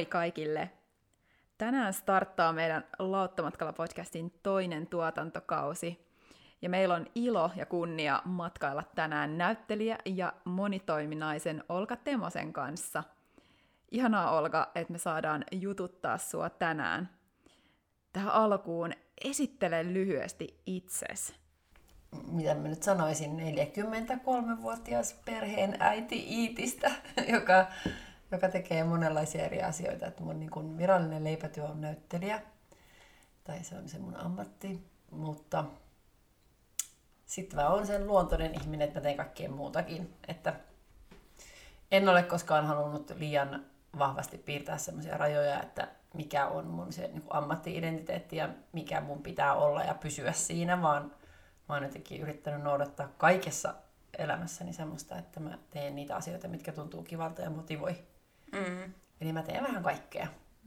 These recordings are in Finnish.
kaikille! Tänään starttaa meidän Lauttamatkalla-podcastin toinen tuotantokausi. Ja meillä on ilo ja kunnia matkailla tänään näyttelijä ja monitoiminaisen Olga Temosen kanssa. Ihanaa, Olga, että me saadaan jututtaa sua tänään. Tähän alkuun esittele lyhyesti itsesi. Mitä mä nyt sanoisin, 43-vuotias perheen äiti Iitistä, joka tekee monenlaisia eri asioita. Että mun niin kun virallinen leipätyö on näyttelijä, tai se on se mun ammatti, mutta sitten mä oon sen luontoinen ihminen, että mä teen kaikkea muutakin. Että en ole koskaan halunnut liian vahvasti piirtää semmoisia rajoja, että mikä on mun se niin kuin ammatti-identiteetti ja mikä mun pitää olla ja pysyä siinä, vaan mä oon jotenkin yrittänyt noudattaa kaikessa elämässäni semmoista, että mä teen niitä asioita, mitkä tuntuu kivalta ja motivoi. Eli mä teen vähän kaikkea.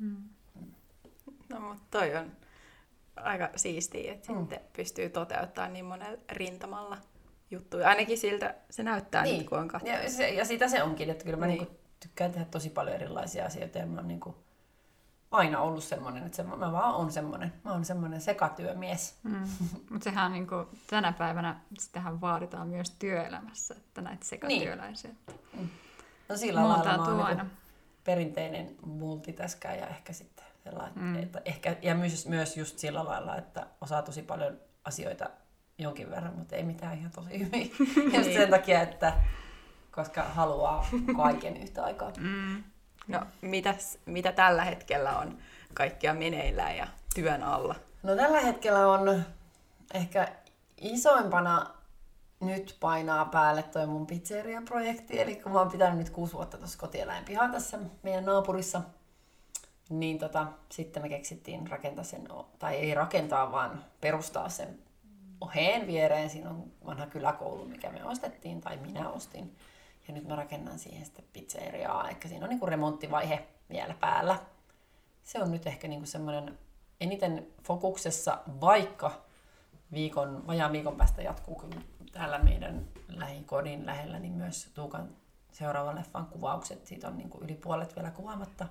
No mutta toi on aika siistiä, että sitten pystyy toteuttamaan niin monella rintamalla juttuja. Ainakin siltä se näyttää niin. Nyt, kun on katsonut. Ja sitä se onkin, että kyllä mä niinku tykkään tehdä tosi paljon erilaisia asioita ja mä oon niinku aina ollut semmoinen, että mä vaan oon semmoinen. Mä oon semmoinen sekatyömies. Mutta sehän on niinku, tänä päivänä sitähän vaaditaan myös työelämässä, että näitä sekatyöläisiä. No sillä lailla mä oon niinku perinteinen multitaskaaja ja ehkä sitten sellainen, että ehkä, ja myös just sillä lailla, että osaa tosi paljon asioita jonkin verran, mutta ei mitään ihan tosi hyvin. Just sen takia, että koska haluaa kaiken yhtä aikaa. No mitä tällä hetkellä on kaikkia meneillään ja työn alla? No tällä hetkellä on ehkä isoimpana nyt painaa päälle toi mun pizzeria-projekti. Eli kun mä oon pitänyt nyt 6 vuotta tuossa kotieläinpihaa tässä meidän naapurissa, niin sitten me keksittiin rakentaa sen, tai ei rakentaa, vaan perustaa sen oheen viereen. Siinä on vanha kyläkoulu, mikä me ostettiin, tai minä ostin. Ja nyt mä rakennan siihen sitten pizzeriaa, eli siinä on niinku remonttivaihe vielä päällä. Se on nyt ehkä niinku semmoinen eniten fokuksessa, vaikka vajaan viikon päästä jatkuu täällä meidän lähikodin lähellä, niin myös Tuukan seuraavan leffan kuvaukset. Siitä on niinku yli puolet vielä kuvaamatta.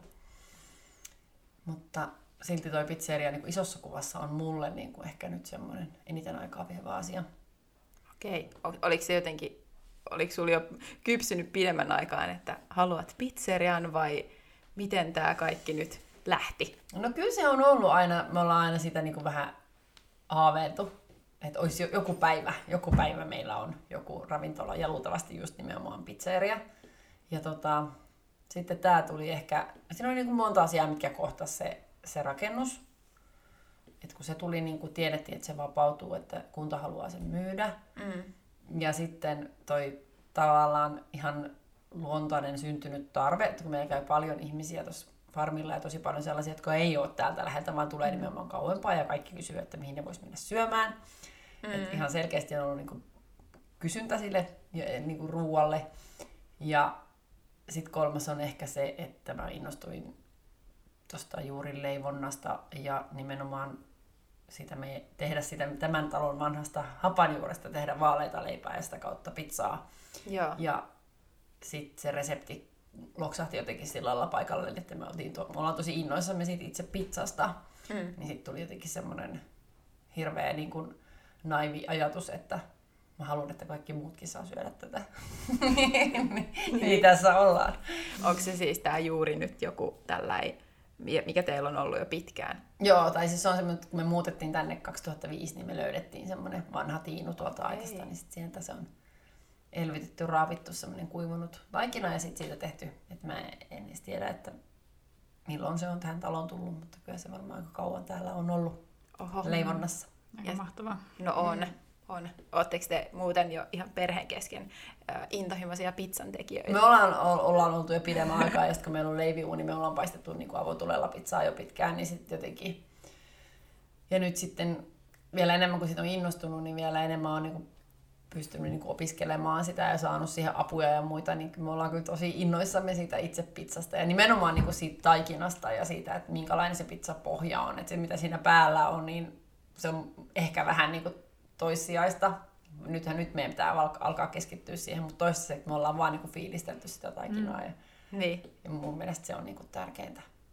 Mutta silti toi pizzeria niinku isossa kuvassa on mulle niinku ehkä nyt semmoinen eniten aikaa vievä asia. Okei, oliko sulla jo kypsynyt pidemmän aikaan, että haluat pizzerian vai miten tämä kaikki nyt lähti? No kyllä se on ollut aina, me ollaan aina sitä niin kuin vähän haaveiltu, että olisi joku päivä meillä on joku ravintola ja luultavasti just nimenomaan pizzeria. Ja sitten tämä tuli ehkä, siinä oli niin kuin monta asiaa, mitkä kohtasi se rakennus. Et kun se tuli, niin kuin tiedettiin, että se vapautuu, että kunta haluaa sen myydä. Ja sitten toi tavallaan ihan luontainen syntynyt tarve, että kun meillä käy paljon ihmisiä tuossa farmilla ja tosi paljon sellaisia, jotka ei ole täältä läheltä, vaan tulee nimenomaan kauempaa ja kaikki kysyy, että mihin ne vois mennä syömään. Et ihan selkeästi on ollut niinku kysyntä sille niinku ruualle. Ja sitten 3. on ehkä se, että mä innostuin tuosta juurileivonnasta ja nimenomaan tehdä sitä tämän talon vanhasta hapanjuuresta, tehdä vaaleita leipää ja sitä kautta pizzaa. Joo. Ja sitten se resepti loksahti jotenkin sillä lailla paikalle, että me ollaan tosi innoissamme siitä itse pizzasta. Niin sitten tuli jotenkin semmoinen hirveä niin kuin naivi ajatus, että mä haluan, että kaikki muutkin saa syödä tätä. Niin tässä ollaan. Onko se siis tää juuri nyt joku tällainen, mikä teillä on ollut jo pitkään? Joo, tai siis se on semmoinen, että kun me muutettiin tänne 2005, niin me löydettiin semmoinen vanha tiinu tuolta aikasta, niin sitten sieltä se on elvytetty, raavittu semmoinen kuivunut taikina ja sitten siitä tehty, että mä en edes tiedä, että milloin se on tähän taloon tullut, mutta kyllä se varmaan aika kauan täällä on ollut leivonnassa. Aika mahtavaa. No on. Oletteko te muuten jo ihan perheen kesken intohimoisia pizzan tekijöitä? Me ollaan oltu jo pidemmän aikaa, ja sitten kun meillä on leiviuuni, me ollaan paistettu niin kuin avotulella pizzaa jo pitkään, niin sitten jotenkin. Ja nyt sitten vielä enemmän kuin siitä on innostunut, niin vielä enemmän on niin kuin pystynyt niin kuin opiskelemaan sitä ja saanut siihen apuja ja muita, niin me ollaan kyllä tosi innoissamme siitä itse pizzasta ja nimenomaan niin kuin siitä taikinasta ja siitä, että minkälainen se pizzapohja on. Että se mitä siinä päällä on, niin se on ehkä vähän niin kuin toissijaista. Nyt meidän pitää alkaa keskittyä siihen, mutta toistaiseksi me ollaan vaan niin kuin fiilistelty sitä taikinaa. Ja mun mielestä se on niin kuin tärkeintä.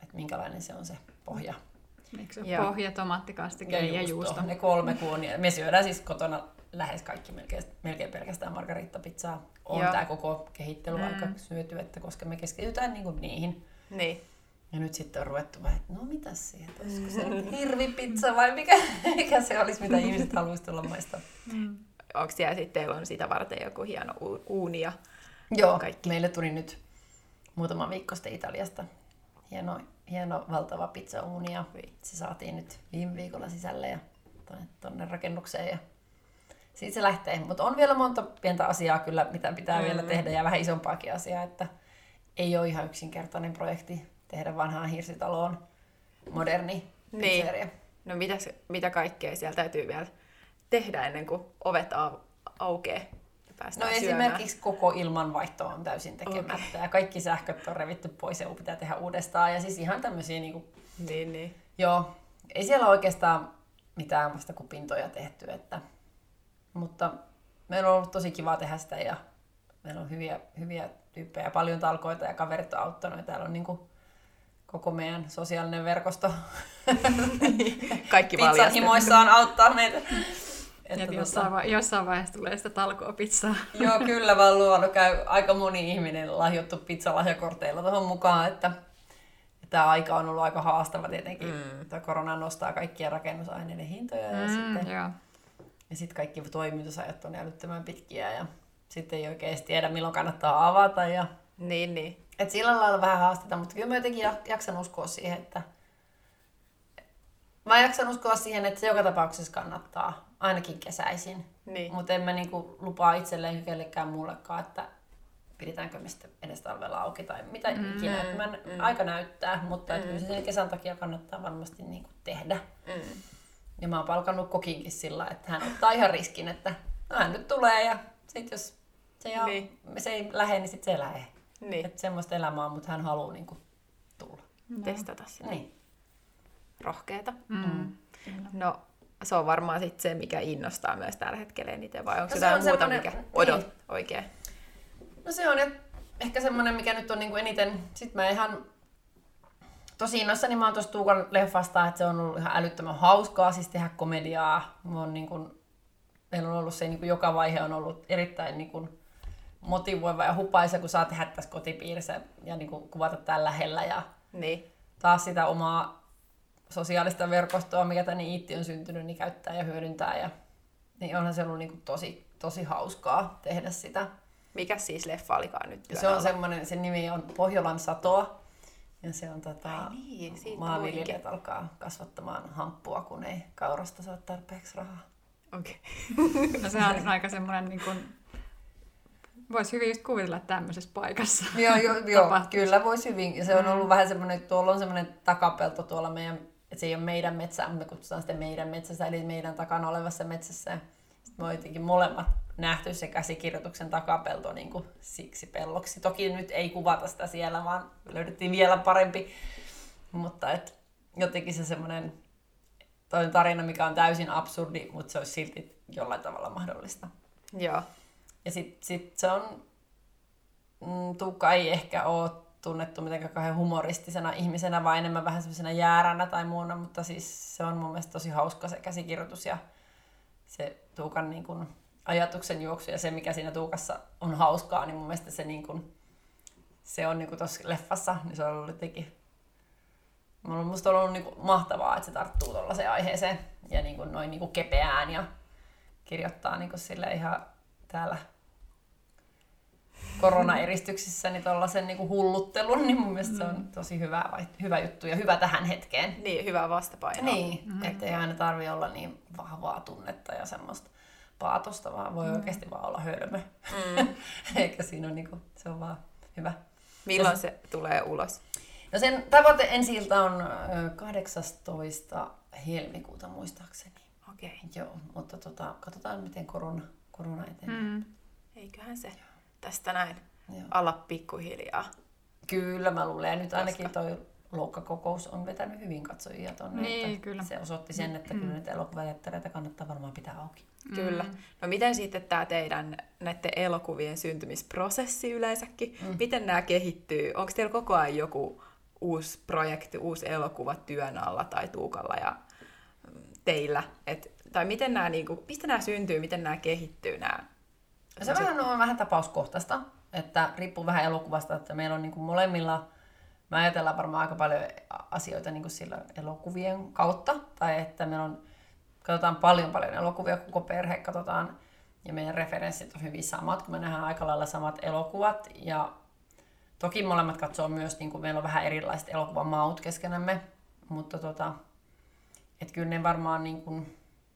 että minkälainen se on se pohja. Eikö se ole pohja, tomaattikastike ja juusto? Ne 3 kuunia. Me syödään siis kotona lähes kaikki melkein pelkästään margarittapizzaa. On tämä koko kehittely aika syöty, että koska me keskitytään niihin. Niin. Ja nyt sitten on ruvettu vähän, että no mitäs siihen, olisiko se hirvipizza vai mikä se olisi, mitä ihmiset haluaisi tulla maistaa. Onko siellä sitten, teillä on sitä varten joku hieno uuni ja Joo, kaikki? meille tuli nyt muutama viikko sitten Italiasta hieno valtava pizzauuni ja se saatiin nyt viime viikolla sisälle ja tuonne rakennukseen ja siitä se lähtee. Mutta on vielä monta pientä asiaa kyllä, mitä pitää vielä tehdä ja vähän isompaakin asiaa, että ei ole ihan yksinkertainen projekti tehdä vanhaan hirsitaloon moderni pizzeria. No mitä kaikkea siellä täytyy vielä tehdä ennen kuin ovet aukeaa ja päästään syömään? Esimerkiksi koko ilmanvaihto on täysin tekemättä ja kaikki sähköt on revitty pois ja pitää tehdä uudestaan. Ja siis ihan tämmöisiä Niin. Joo, ei siellä oikeastaan mitään vasta kuin pintoja tehty. Mutta meillä on ollut tosi kiva tehdä sitä ja meillä on hyviä tyyppejä, paljon talkoita ja kaverit on auttanut. Ja täällä on koko meidän sosiaalinen verkosto kaikki pizzan himoissaan auttaa meitä. Että jossain vaiheessa tulee sitä talkoopizzaa. Joo, kyllä vaan luonut. Käy aika moni ihminen lahjoittu pizzalahjakorteilla tuohon mukaan, että tämä aika on ollut aika haastava tietenkin. Tämä korona nostaa kaikkia rakennusaineiden hintoja ja sitten kaikki toimitusajat on älyttömän pitkiä ja sitten ei oikein tiedä milloin kannattaa avata. Niin. Et sillä lailla vähän haasteita, mutta kyllä mä jotenkin jaksan uskoa siihen, että se joka tapauksessa kannattaa, ainakin kesäisin. Niin. Mutta en mä lupaa itselleen kellekään muullekaan, että pidetäänkö me sitten edes talvella auki tai mitä ikinä. Aika näyttää, mutta kyllä se sen kesän takia kannattaa varmasti tehdä. Ja mä oon palkannut kokinkin sillä, että hän ottaa ihan riskin, että hän nyt tulee ja sit jos se ei lähde, niin sit se ei lähde. Niin. Että semmoista elämää on, mutta hän haluaa tulla. Testata sitä. Niin. Rohkeeta. No, se on varmaan sit se, mikä innostaa myös tällä hetkellä eniten, vai onko jotain muuta, mikä oikein? No se on ehkä semmoinen, mikä nyt on eniten. Sitten mä ihan tosi innoissani mä oon tuosta Tuukan leffasta, että se on ollut ihan älyttömän hauskaa siis tehdä komediaa. Meillä on ollut se, joka vaihe on ollut erittäin motivoiva ja hupaisa, kun saa tehdä tässä kotipiirissä ja kuvata täällä lähellä. Ja taas sitä omaa sosiaalista verkostoa, mikä tänne Iitti on syntynyt, niin käyttää ja hyödyntää. Ja, niin onhan se ollut tosi hauskaa tehdä sitä. Mikä siis leffa olikaan nyt? Se on semmoinen, sen nimi on Pohjolan satoa. Ja se on maanviljelijät alkaa kasvattamaan hamppua, kun ei kaurasta saa tarpeeksi rahaa. Okei. No se on aika semmoinen, voisi hyvin just kuvitella tämmöisessä paikassa. Joo, kyllä voisi hyvin. Ja se on ollut vähän semmoinen, että tuolla on semmoinen takapelto tuolla meidän, että se ei ole meidän metsää, mutta me kutsutaan sitä meidän metsässä, eli meidän takana olevassa metsässä. Sitten me on jotenkin molemmat nähty se käsikirjoituksen takapelto siksi pelloksi. Toki nyt ei kuvata sitä siellä, vaan löydettiin vielä parempi. Mutta jotenkin se semmoinen toinen tarina, mikä on täysin absurdi, mutta se olisi silti jollain tavalla mahdollista. Joo. Ja sit se on, Tuukka ei ehkä ole tunnettu mitenkään kauhean humoristisena ihmisenä, vaan enemmän vähän semmoisena jääränä tai muuna, mutta siis se on mun mielestä tosi hauska se käsikirjoitus ja se Tuukan ajatuksen juoksu ja se, mikä siinä Tuukassa on hauskaa, niin mun mielestä se on tuossa leffassa, niin se on ollut jotenkin, musta on ollut mahtavaa, että se tarttuu tuollaiseen aiheeseen ja noin kepeään ja kirjoittaa sille ihan täällä koronaeristyksissä niin tuollaisen hulluttelun, niin mun mielestä se on tosi hyvä juttu ja hyvä tähän hetkeen. Niin, hyvä vastapaino. Niin, ettei aina tarvitse olla niin vahvaa tunnetta ja semmoista paatosta, vaan voi oikeasti vaan olla hölmö. Eikä siinä ole, se on vaan hyvä. Milloin se tulee ulos? No sen tavoite ensi-ilta on 18. helmikuuta muistaakseni. Okei. Joo, mutta katsotaan miten korona etenee. Eiköhän se tästä näin ala pikkuhiljaa. Kyllä mä luulen. Ja nyt ainakin toi Loukka-kokous on vetänyt hyvin katsojia tonne. Niin, kyllä. Se osoitti sen, että kyllä näitä elokuvateattereita kannattaa varmaan pitää auki. Kyllä. No miten sitten tämä teidän näiden elokuvien syntymisprosessi yleensäkin? Miten nämä kehittyy? Onko teillä koko ajan joku uusi projekti, uusi elokuva työn alla tai Tuukalla ja teillä? Tai miten nämä, niinku, mistä nämä syntyy, miten nämä kehittyy? Se on vähän tapauskohtaista, että riippuu vähän elokuvasta, että meillä on niinku molemmilla, me ajatellaan varmaan aika paljon asioita niinku sillä elokuvien kautta, tai että meillä on, katsotaan paljon elokuvia, koko perhe katsotaan, ja meidän referenssit on hyvin samat, kun me nähdään aika lailla samat elokuvat, ja toki molemmat katsoo myös, niin kuin meillä on vähän erilaiset elokuvamaut keskenämme, mutta että kyllä ne varmaan niin kuin,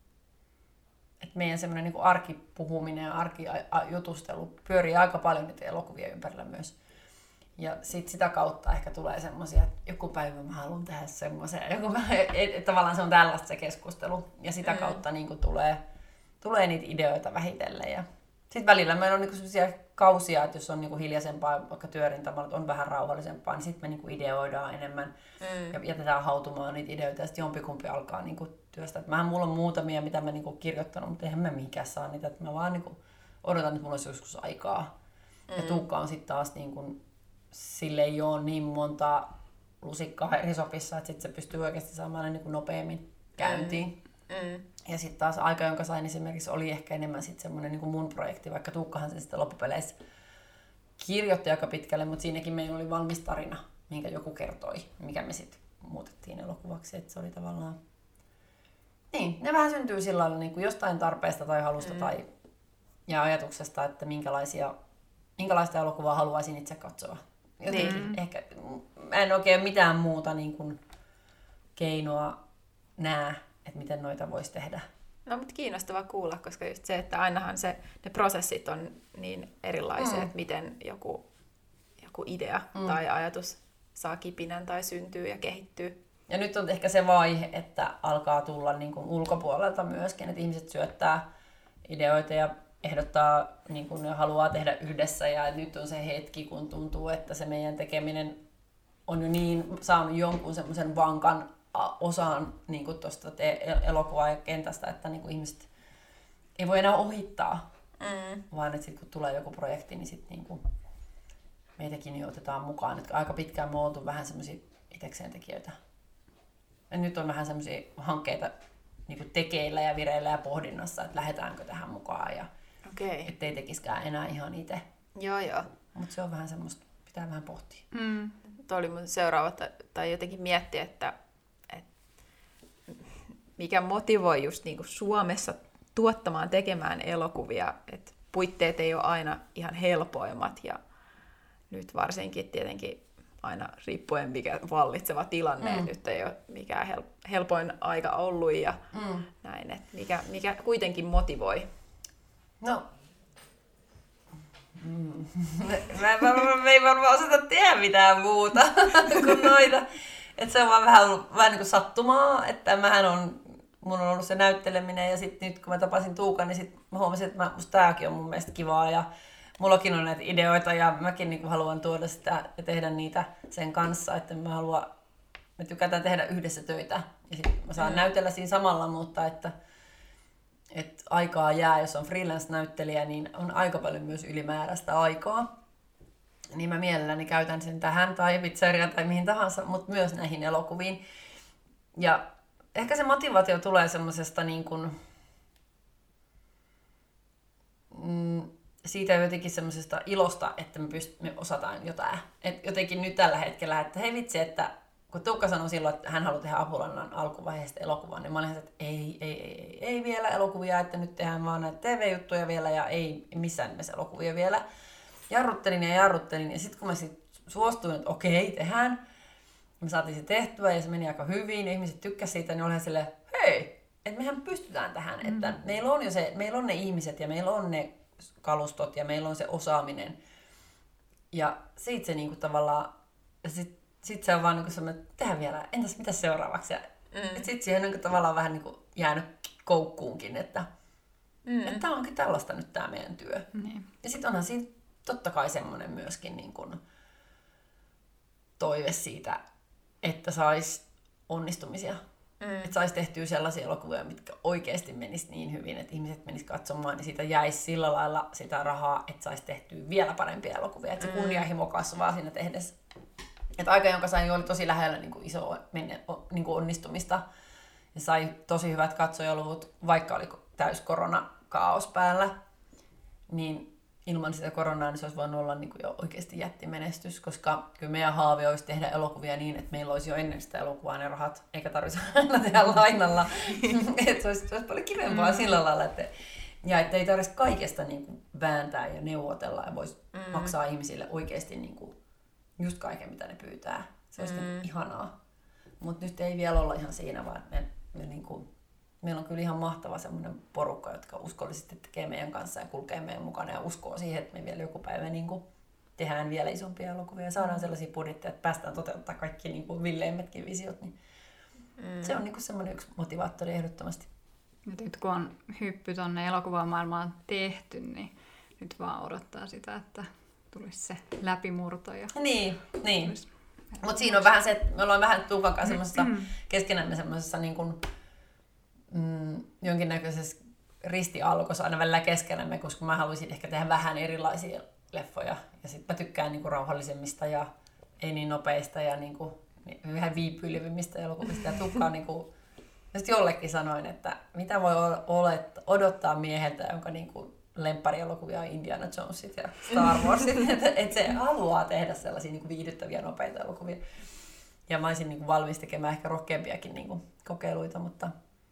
että meidän semmoinen niin kuin arkipuhuminen ja arkijutustelu pyörii aika paljon niitä elokuvia ympärillä myös. Ja sitä kautta ehkä tulee semmoisia, että joku päivä mä haluan tehdä semmoisen, tavallaan se on tällaista se keskustelu. Ja sitä kautta niin kuin tulee niitä ideoita vähitellen. Ja sitten välillä meillä on niin kuin semmoisia kausia, että jos on niin kuin hiljaisempaa, vaikka työrintamalla on vähän rauhallisempaa, niin sitten me niin kuin ideoidaan enemmän ja jätetään hautumaan niitä ideoita ja sitten jompikumpi alkaa niin kuin työstä. Mulla on muutamia, mitä mä niin kuin kirjoittanut, mutta eihän mä mihinkään saa niitä. Että mä vaan niin kuin odotan, että mulla olisi joskus aikaa. Ja Tuukka on sitten taas niin kuin, sille ei ole niin monta lusikkaa eri sopissa, että sitten se pystyy oikeasti saamaan niin kuin nopeammin käyntiin. Ja sitten taas aika, jonka sain esimerkiksi, oli ehkä enemmän sitten semmoinen niin kuin mun projekti, vaikka Tuukkahan sen sitten loppupeleissä kirjoitti aika pitkälle, mutta siinäkin meillä oli valmis tarina, minkä joku kertoi, mikä me sitten muutettiin elokuvaksi, että se oli tavallaan... Niin, ne vähän syntyy sillä lailla niin kuin jostain tarpeesta tai halusta ja ajatuksesta, että minkälaista elokuvaa haluaisin itse katsoa. Jotenkin ehkä, mä en oikein mitään muuta niin kuin keinoa näe, että miten noita voisi tehdä. No, mutta kiinnostavaa kuulla, koska just se, että ainahan ne prosessit on niin erilaisia, että miten joku idea tai ajatus saa kipinän tai syntyy ja kehittyy. Ja nyt on ehkä se vaihe, että alkaa tulla niin kuin ulkopuolelta myöskin, että ihmiset syöttää ideoita ja ehdottaa niin kuin ne haluaa tehdä yhdessä. Ja nyt on se hetki, kun tuntuu, että se meidän tekeminen on jo niin saanut jonkun semmoisen vankan osaan niin kuin tuosta elokuvaa ja kentästä, että niin kuin ihmiset ei voi enää ohittaa, vaan että sit, kun tulee joku projekti, niin sit, niin kuin meitäkin jo otetaan mukaan. Et aika pitkään me on oltu vähän semmoisia itekseen tekijöitä. Ja nyt on vähän semmoisia hankkeita niin kuin tekeillä ja vireillä ja pohdinnassa, että lähdetäänkö tähän mukaan ja ettei tekisikään enää ihan itse. Joo. Mutta se on vähän semmoista, pitää vähän pohtia. Tuo oli mun seuraava, tai jotenkin miettiä, että mikä motivoi just niin kuin Suomessa tuottamaan, tekemään elokuvia. että puitteet ei ole aina ihan helpoimmat ja nyt varsinkin tietenkin aina riippuen mikä vallitseva tilanne, nyt ei ole mikään helpoin aika ollut ja näin, että mikä kuitenkin motivoi. No, me ei varmaan osata tehdä mitään muuta kuin noita. Että se on vaan vähän niin kuin sattumaa, että mun on ollut se näytteleminen ja sitten nyt kun mä tapasin Tuukan, niin sit mä huomasin, että musta tääkin on mun mielestä kivaa ja mullakin on näitä ideoita ja mäkin niin kuin haluan tuoda sitä ja tehdä niitä sen kanssa, että me tykätään tehdä yhdessä töitä ja sitten mä saan näytellä siinä samalla, mutta että aikaa jää, jos on freelance-näyttelijä, niin on aika paljon myös ylimääräistä aikaa. Niin mä mielelläni käytän sen tähän tai pizzeriaan tai mihin tahansa, mutta myös näihin elokuviin. Ja ehkä se motivaatio tulee semmosesta niin kuin, siitä jotenkin semmosesta ilosta, että me osataan jotain. Et jotenkin nyt tällä hetkellä, että hei vitsi, että kun Tuukka sanoi silloin, että hän haluaa tehdä Apulannan alkuvaiheesta elokuvaa, niin mä olin että ei vielä elokuvia, että nyt tehdään vaan näitä TV-juttuja vielä ja ei missään nimessä elokuvia vielä. Jarruttelin ja sitten kun mä suostuin, että okei, tehdään, me saatiin se tehtyä ja se meni aika hyvin ja ihmiset tykkäsivät siitä, niin olin silleen, hei, että mehän pystytään tähän, että meillä on ne ihmiset ja meillä on ne kalustot ja meillä on se osaaminen. Ja siitä se niinku tavallaan, sit se on vaan niinku semmoinen, että tehdään vielä, entäs mitä seuraavaksi? Ja sitten siihen on niinku tavallaan vähän niinku jäänyt koukkuunkin, että tämä onkin tällaista nyt tämä meidän työ. Ja sitten onhan siinä totta kai semmoinen myöskin niin kuin toive siitä, että saisi onnistumisia. Että saisi tehtyä sellaisia elokuvia, mitkä oikeasti menis niin hyvin, että ihmiset menis katsomaan, niin siitä jäisi sillä lailla sitä rahaa, että saisi tehtyä vielä parempia elokuvia. Että se kunnianhimo kasvaa siinä tehdessä. Että aika, jonka sain, oli tosi lähellä niin kuin iso niin kuin onnistumista. Ja sai tosi hyvät katsojaluvut, vaikka oli täys koronakaos päällä. Niin ilman sitä koronaa niin se olisi voinut olla niin kuin jo oikeasti jättimenestys, koska kyllä meidän haave olisi tehdä elokuvia niin, että meillä olisi jo ennen sitä elokuvaa ne rahat, eikä tarvitsisi aina tehdä lainalla. Että se olisi paljon kivempaa sillä lailla, että ei tarvitsisi kaikesta niin kuin vääntää ja neuvotella ja voisi maksaa ihmisille oikeasti niin kuin just kaiken, mitä ne pyytää. Se olisi ihanaa. Mutta nyt ei vielä olla ihan siinä, vaan me niin kuin, meillä on kyllä ihan mahtava semmoinen porukka, jotka uskollisesti tekee meidän kanssa ja kulkee meidän mukana ja uskoo siihen, että me vielä joku päivä niin kuin tehdään vielä isompia elokuvia ja saadaan sellaisia budjetteja, että päästään toteuttaa kaikki niin kuin villeimmätkin visiot. Niin se on niin kuin semmoinen yksi motivaattori ehdottomasti. Ja nyt kun on hyppy tuonne elokuvamaailmaan tehty, niin nyt vaan odottaa sitä, että tulisi se läpimurto. Ja niin. Mutta siinä on vähän se, että me ollaan vähän Tuukan kanssa keskenämme semmoisessa niin kuin, jonkinnäköisessä ristiaallokossa aina välillä keskenämme, koska mä haluaisin ehkä tehdä vähän erilaisia leffoja. Ja sitten mä tykkään niin kuin rauhallisemmista ja ei niin nopeista ja niin kuin, vähän viipyilevimmistä elokuvista. Ja Tuukka on niin kuin, jollekin sanoin, että mitä voi odottaa mieheltä, jonka niin kuin lempparielokuvia on Indiana Jonesit ja Star Warsit, että se haluaa tehdä sellaisia niin kuin viihdyttäviä, nopeita elokuvia. Ja mä olisin niin kuin valmis tekemään ehkä rohkeampiakin niin kuin kokeiluita, mutta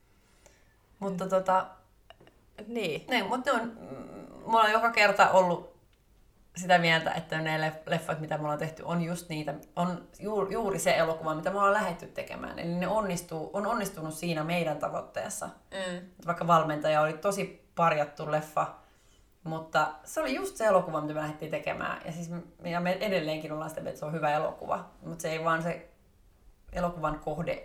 niin. Mutta mulla on joka kerta ollut sitä mieltä, että ne leffat, mitä me ollaan tehty, on just niitä, on juuri se elokuva, mitä me ollaan lähdetty tekemään. Eli ne on onnistunut siinä meidän tavoitteessa. Vaikka Valmentaja oli tosi parjattu leffa, mutta se oli just se elokuva, mitä me lähdettiin tekemään. Ja, siis me edelleenkin ollaan sitä, että se on hyvä elokuva, mutta se ei vaan se elokuvan kohde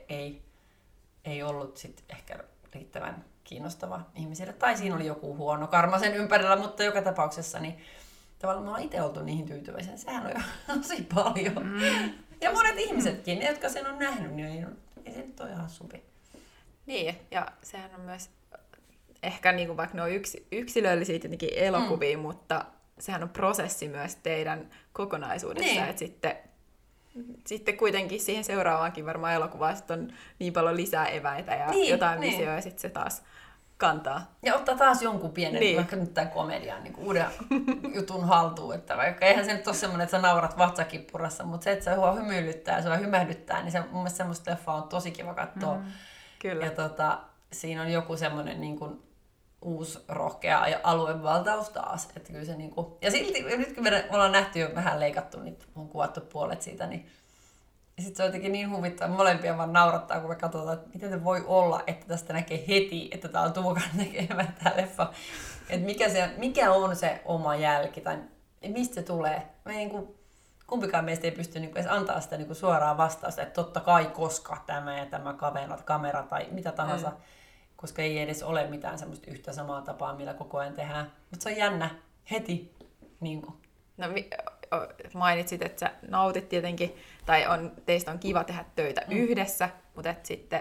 ei ollut sit ehkä riittävän kiinnostava ihmisille. Tai siinä oli joku huono karma sen ympärillä, mutta joka tapauksessa niin tavallaan me ollaan itse oltu niihin tyytyväisiä. Sehän on jo tosi paljon. Ja monet ihmisetkin, ne jotka sen on nähnyt, niin ei se nyt ole ihan hassumpi. Niin, ja sehän on myös ehkä niin kuin vaikka ne on yksilöllisiä tietenkin elokuvia, mutta sehän on prosessi myös teidän kokonaisuudessa, niin. Että sitten kuitenkin siihen seuraavaankin varmaan elokuvaan on niin paljon lisää eväitä ja jotain visioja ja sitten se taas kantaa. Ja ottaa taas jonkun pienen, vaikka nyt tämän komedian niin uuden jutun haltuun, että vaikka eihän se nyt ole semmoinen, että sä naurat vatsakippurassa, mutta se, että se sua hymyilyttää ja sua hymähdyttää, niin se, mun mielestä semmoista leffaa on tosi kiva katsoa. Kyllä. Ja siinä on joku semmoinen niin kuin uusi rohkea aluevaltaus taas. Että kyllä se, niin kuin, ja silti, nyt kun me ollaan nähty jo vähän leikattu, niin on kuvattu puolet siitä, niin ja sitten se on jotenkin niin huvittava, molempia vaan naurattaa, kun me katsotaan, että miten se voi olla, että tästä näkee heti, että tämä on Tuukan tekemä tämä leffa. Että mikä on se oma jälki, tai mistä se tulee. Me ei, niin kuin, kumpikaan meistä ei pysty niin kuin, edes antaa sitä niin kuin, suoraa vastausta, että totta kai koska tämä ja tämä kamera tai mitä tahansa. Koska ei edes ole mitään semmoista yhtä samaa tapaa, millä koko ajan tehdään. Mutta se on jännä heti. Niin kuin. No, mainitsit, että sä nautit tietenkin, tai teistä on kiva tehdä töitä yhdessä, mutta et sitten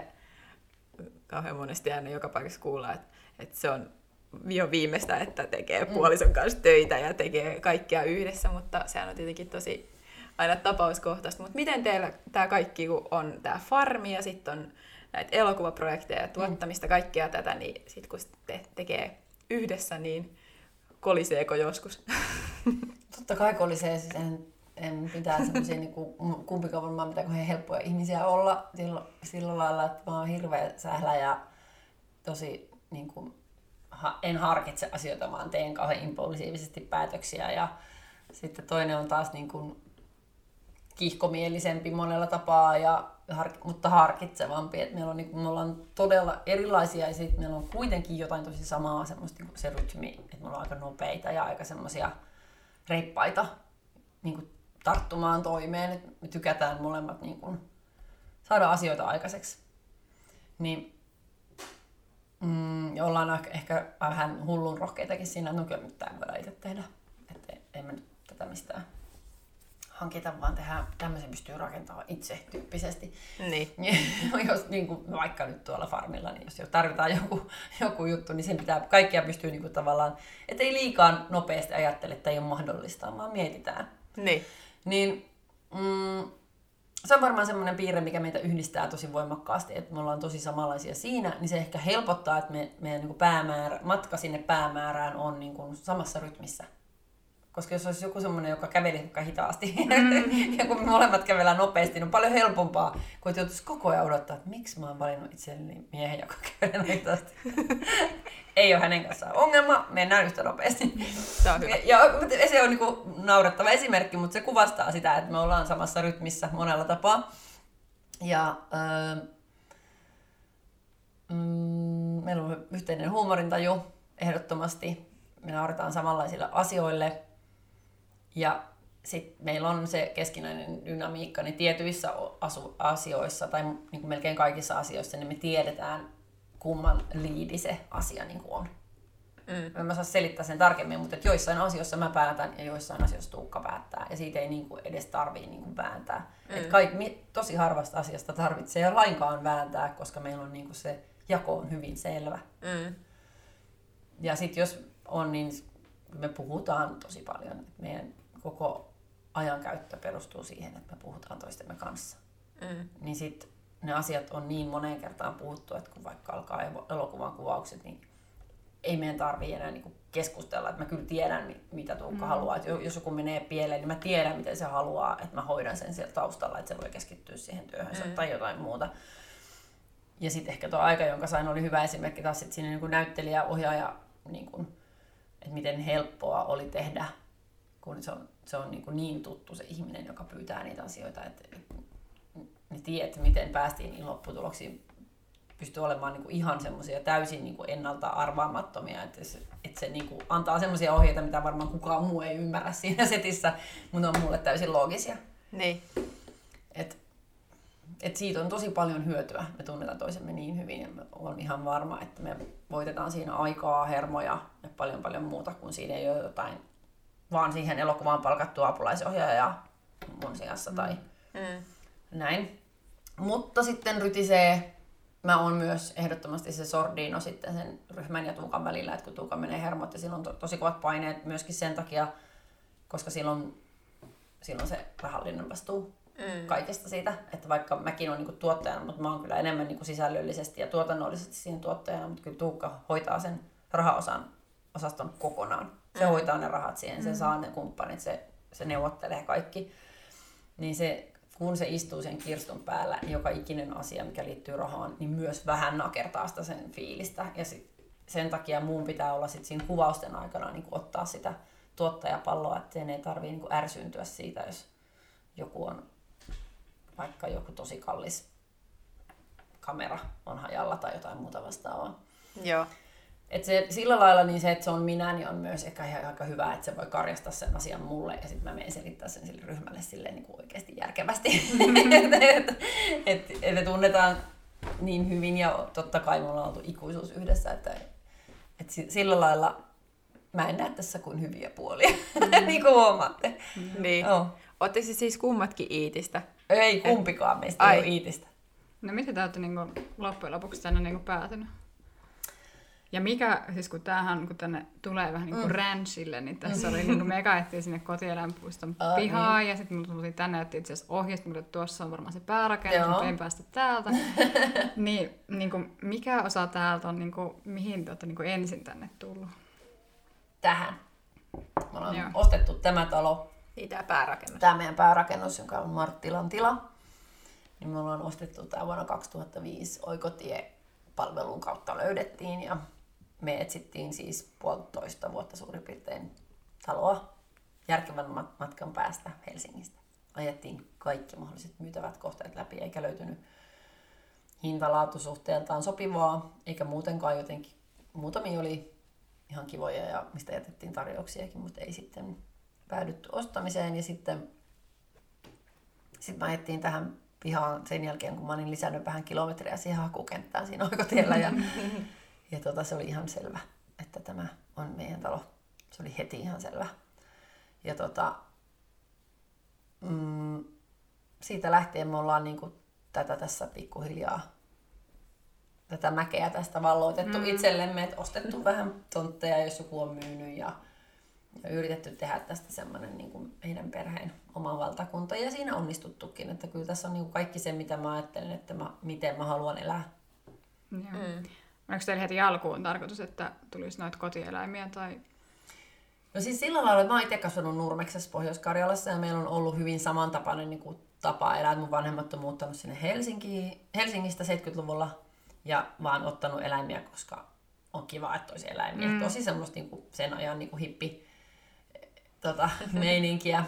kauhean monesti aina joka paikassa kuulla, että se on jo viimeistä, että tekee puolison kanssa töitä ja tekee kaikkea yhdessä, mutta sehän on tietenkin tosi aina tapauskohtaista. Mutta miten teillä tämä kaikki, kun on tämä farmi ja sitten on näitä elokuvaprojekteja ja tuottamista, kaikkea tätä, niin sitten kun te tekee yhdessä, niin koliseeko joskus? Totta kai kolisee, siis en pitää semmoisia niinku, kumpikaan varmaan mitään kuin helppoja ihmisiä olla sillä lailla, että mä oon hirveä sählä ja tosi niinku, en harkitse asioita, vaan teen kauhean impulsiivisesti päätöksiä ja sitten toinen on taas niinku, kiihkomielisempi monella tapaa mutta harkitsevampi. Et meillä on, niin me ollaan todella erilaisia ja sitten meillä on kuitenkin jotain tosi samaa, semmoista niin se rytmi, että me ollaan aika nopeita ja aika semmoisia reippaita niin tarttumaan toimeen. Et me tykätään molemmat niin kuin, saada asioita aikaiseksi. Niin, ja ollaan ehkä vähän hullun rohkeitakin siinä, että no kyllä nyt tämä voidaan itse tehdä. Että ei me nyt tätä mistään hankita, vaan tehdään, tämmöisen pystyy rakentamaan itse tyyppisesti. Niin. Jos, niin kuin, vaikka nyt tuolla farmilla, niin jos tarvitaan joku juttu, niin sen pitää, kaikkia pystyy niin kuin, tavallaan, ettei liikaa nopeasti ajattele, että ei ole mahdollista, vaan mietitään. Niin. Niin, se on varmaan semmoinen piirre, mikä meitä yhdistää tosi voimakkaasti, että me ollaan tosi samanlaisia siinä, niin se ehkä helpottaa, että meidän niin kuin matka sinne päämäärään on niin kuin samassa rytmissä. Koska jos olisi joku semmoinen, joka käveli hitaasti, ja kun me molemmat kävellään nopeasti, niin on paljon helpompaa, kun joutuisi koko ajan odottaa, että miksi mä oon valinnut itselleni miehen, joka kävelee hitaasti. Ei ole hänen kanssaan ongelma, mennään yhtä nopeasti. Se on hyvä. Ja se on niinku naurettava esimerkki, mutta se kuvastaa sitä, että me ollaan samassa rytmissä monella tapaa. Ja meillä on yhteinen huumorintaju ehdottomasti. Me naurataan samanlaisille asioille. Ja sitten meillä on se keskinäinen dynamiikka, niin tietyissä asioissa tai niin kuin melkein kaikissa asioissa, niin me tiedetään, kumman liidi se asia niin kuin on. En mä saa selittää sen tarkemmin, mutta joissain asioissa mä päätän ja joissain asioissa Tuukka päättää. Ja siitä ei niin kuin edes tarvii niin kuin vääntää. Tosi harvasta asiasta tarvitsee lainkaan vääntää, koska meillä on niin kuin se jako on hyvin selvä. Ja sitten jos on, niin me puhutaan tosi paljon. Meidän koko ajankäyttö perustuu siihen, että me puhutaan toistemme kanssa. Niin sitten ne asiat on niin moneen kertaan puhuttu, että kun vaikka alkaa elokuvan kuvaukset, niin ei meidän tarvitse enää niinku keskustella. Että mä kyllä tiedän, mitä Tuukka haluaa. Että jos joku menee pieleen, niin mä tiedän, miten se haluaa, että mä hoidan sen siellä taustalla, että se voi keskittyä siihen työhönsä tai jotain muuta. Ja sitten ehkä tuo aika, jonka sain, oli hyvä esimerkki taas sit siinä niin näyttelijä, ohjaaja, niin kuin, että miten helppoa oli tehdä, kun se on niin tuttu se ihminen, joka pyytää niitä asioita, että ne tiedät, miten päästiin lopputuloksiin, pystyy olemaan niin kuin ihan semmoisia täysin niin kuin ennalta arvaamattomia, että se niin kuin antaa semmoisia ohjeita, mitä varmaan kukaan muu ei ymmärrä siinä setissä, mutta on mulle täysin loogisia. Niin. Et siitä on tosi paljon hyötyä. Me tunnetaan toisemme niin hyvin ja olen ihan varma, että me voitetaan siinä aikaa, hermoja ja paljon muuta, kun siinä ei ole jotain vaan siihen elokuvaan palkattua apulaisohjaajaa mun sijassa tai näin. Mutta sitten rytisee. Mä oon myös ehdottomasti se Sordiino sitten sen Ryhmän ja Tuukan välillä, että kun Tuukan menee hermot ja silloin on tosi kovat paineet myöskin sen takia, koska silloin se rahallinen vastuu kaikesta siitä, että vaikka mäkin olen niinku tuottajana, mutta mä oon kyllä enemmän niinku sisällöllisesti ja tuotannollisesti siinä tuottajana, mutta kyllä Tuukka hoitaa sen osaston kokonaan. Se hoitaa ne rahat siihen, se saa ne kumppanit, se neuvottelee kaikki. Niin se, kun se istuu sen kirstun päällä, niin joka ikinen asia, mikä liittyy rahaan, niin myös vähän nakertaa sitä sen fiilistä. Ja sen takia muun pitää olla sit siinä kuvausten aikana niin ottaa sitä tuottajapalloa, että sen ei tarvitse niin ärsyyntyä siitä, jos joku on vaikka joku tosi kallis kamera on hajalla tai jotain muuta vastaavaa. Joo. Et sillä lailla niin se, että se on minä, niin on myös ehkä aika hyvä, että se voi karjastaa sen asian mulle ja sitten mä menen selittää sen sille ryhmälle silleen niin kuin oikeasti järkevästi. että me tunnetaan niin hyvin ja totta kai me ollaan oltu ikuisuus yhdessä, että sillä lailla mä en näe tässä kuin hyviä puolia, niin kuin huomaatte. Niin. Ootteko siis kummatkin Iitistä? Ei kumpikaan meistä ei ole Iitistä. No miten te olette niinku loppujen lopuksi tänne niinku päätynyt? Ja mikä, siis kun tämähän kun tänne tulee vähän niin kuin ranchille, niin tässä oli niin kuin me ajettiin sinne kotieläinpuiston pihaan niin. Ja sitten me tultiin tänne, että itse asiassa ohjeista, mutta tuossa on varmaan se päärakennus, mutta en päästä täältä. niin kuin, mikä osa täältä on, niin kuin, mihin te olette niin kuin ensin tänne tullut? Tähän. Me ollaan ostettu tämä talo. Tämä päärakennus. Tämä meidän päärakennus, joka on Marttilan tila. Niin me ollaan ostettu tämä vuonna 2005 Oikotie-palvelun kautta löydettiin ja me etsittiin siis 1,5 vuotta suurin piirtein taloa järkevän matkan päästä Helsingistä. Ajettiin kaikki mahdolliset myytävät kohteet läpi eikä löytynyt hinta-laatusuhteeltaan sopivaa eikä muutenkaan jotenkin. Muutamia oli ihan kivoja ja mistä jätettiin tarjouksiakin, mutta ei sitten päädytty ostamiseen ja sitten ajettiin tähän pihaan sen jälkeen, kun mä olin lisännyt vähän kilometriä siihen hakukenttään siinä Oikotiellä. Ja se oli ihan selvä, että tämä on meidän talo. Se oli heti ihan selvä. Ja siitä lähtien me ollaan niinku tätä tässä pikkuhiljaa, tätä mäkeä tästä valloitettu itsellemme, että ostettu vähän tontteja, jos joku on myynyt Ja yritetty tehdä tästä semmoinen niin kuin meidän perheen oma valtakunta. Ja siinä onnistuttukin, että kyllä tässä on niin kuin kaikki se, mitä mä ajattelen, että miten mä haluan elää. Oliko teillä heti alkuun tarkoitus, että tulisi noita kotieläimiä? Tai... No siis sillä lailla, että mä oon itse kasvanut Nurmeksessa Pohjois-Karjalassa ja meillä on ollut hyvin samantapainen niin kuin tapa elää. Mun vanhemmat on muuttanut sinne Helsingistä 70-luvulla ja vaan ottanut eläimiä, koska on kiva, että olisi eläimiä. Tosi semmoista niin kuin sen ajan niin kuin hippi meininkiä.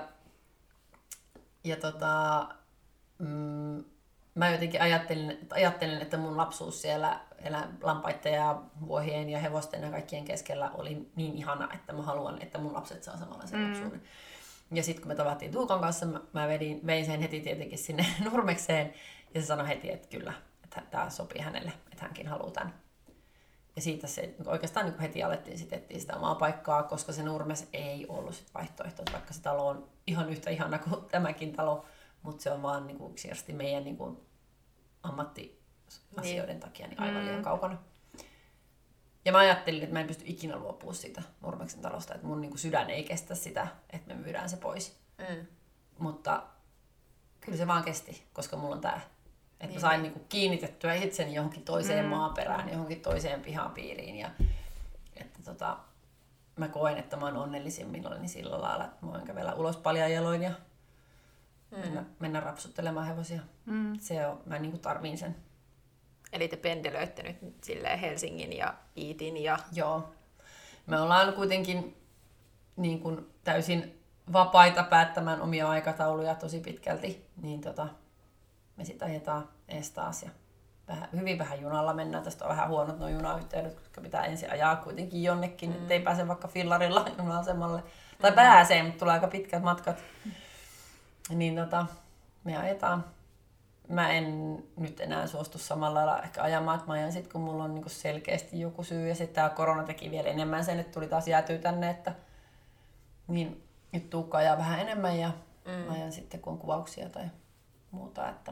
Mä jotenkin ajattelin, että mun lapsuus siellä lampaiden ja vuohien ja hevosten ja kaikkien keskellä oli niin ihana, että mä haluan, että mun lapset saa samanlaisen lapsuuden. Ja sitten kun me tavattiin Tuukan kanssa, mä vein sen heti tietenkin sinne Nurmekseen ja se sanoi heti, että kyllä, että tämä sopii hänelle, että hänkin haluaa tämän. Ja siitä se oikeastaan niin heti alettiin sitten etsiä sitä omaa paikkaa, koska se Nurmes ei ollut sit vaihtoehto, vaikka se talo on ihan yhtä ihana kuin tämäkin talo, mutta se on vaan niin yksinkertaisesti meidän niin kuin ammattiasioiden takia niin aivan liian kaukana. Ja mä ajattelin, että mä en pysty ikinä luopumaan siitä Nurmeksen talosta, että mun niin kuin sydän ei kestä sitä, että me myydään se pois. Mutta kyllä se vaan kesti, koska mulla on tää. Että mä sain niinku kiinnitettyä itseni johonkin toiseen maaperään, johonkin toiseen pihapiiriin. Ja että mä koen, että mä oon onnellisimmillani sillä lailla, että mä voin kävellä ulos paljain jaloin ja mennä rapsuttelemaan hevosia. Se on, mä niinku tarviin sen. Eli te pendelöitte nyt silleen Helsingin ja Iitin ja... Joo. Me ollaan kuitenkin niin kuin täysin vapaita päättämään omia aikatauluja tosi pitkälti. Niin me sitten ajetaan ees taas ja hyvin vähän junalla mennään. Tästä on vähän huonot nuo junayhteydet, koska pitää ensin ajaa kuitenkin jonnekin, ettei pääse vaikka fillarilla juna-asemalle. Tai pääsee, mutta tulee aika pitkät matkat. Niin me ajetaan. Mä en nyt enää suostu samalla lailla ehkä ajamaan, että mä ajan sit, kun mulla on niinku selkeästi joku syy. Ja sitten tää korona teki vielä enemmän sen, että tuli taas jäätyä tänne, että niin nyt Tuukka ajaa vähän enemmän ja mä ajan sitten, kun on kuvauksia tai muuta, että...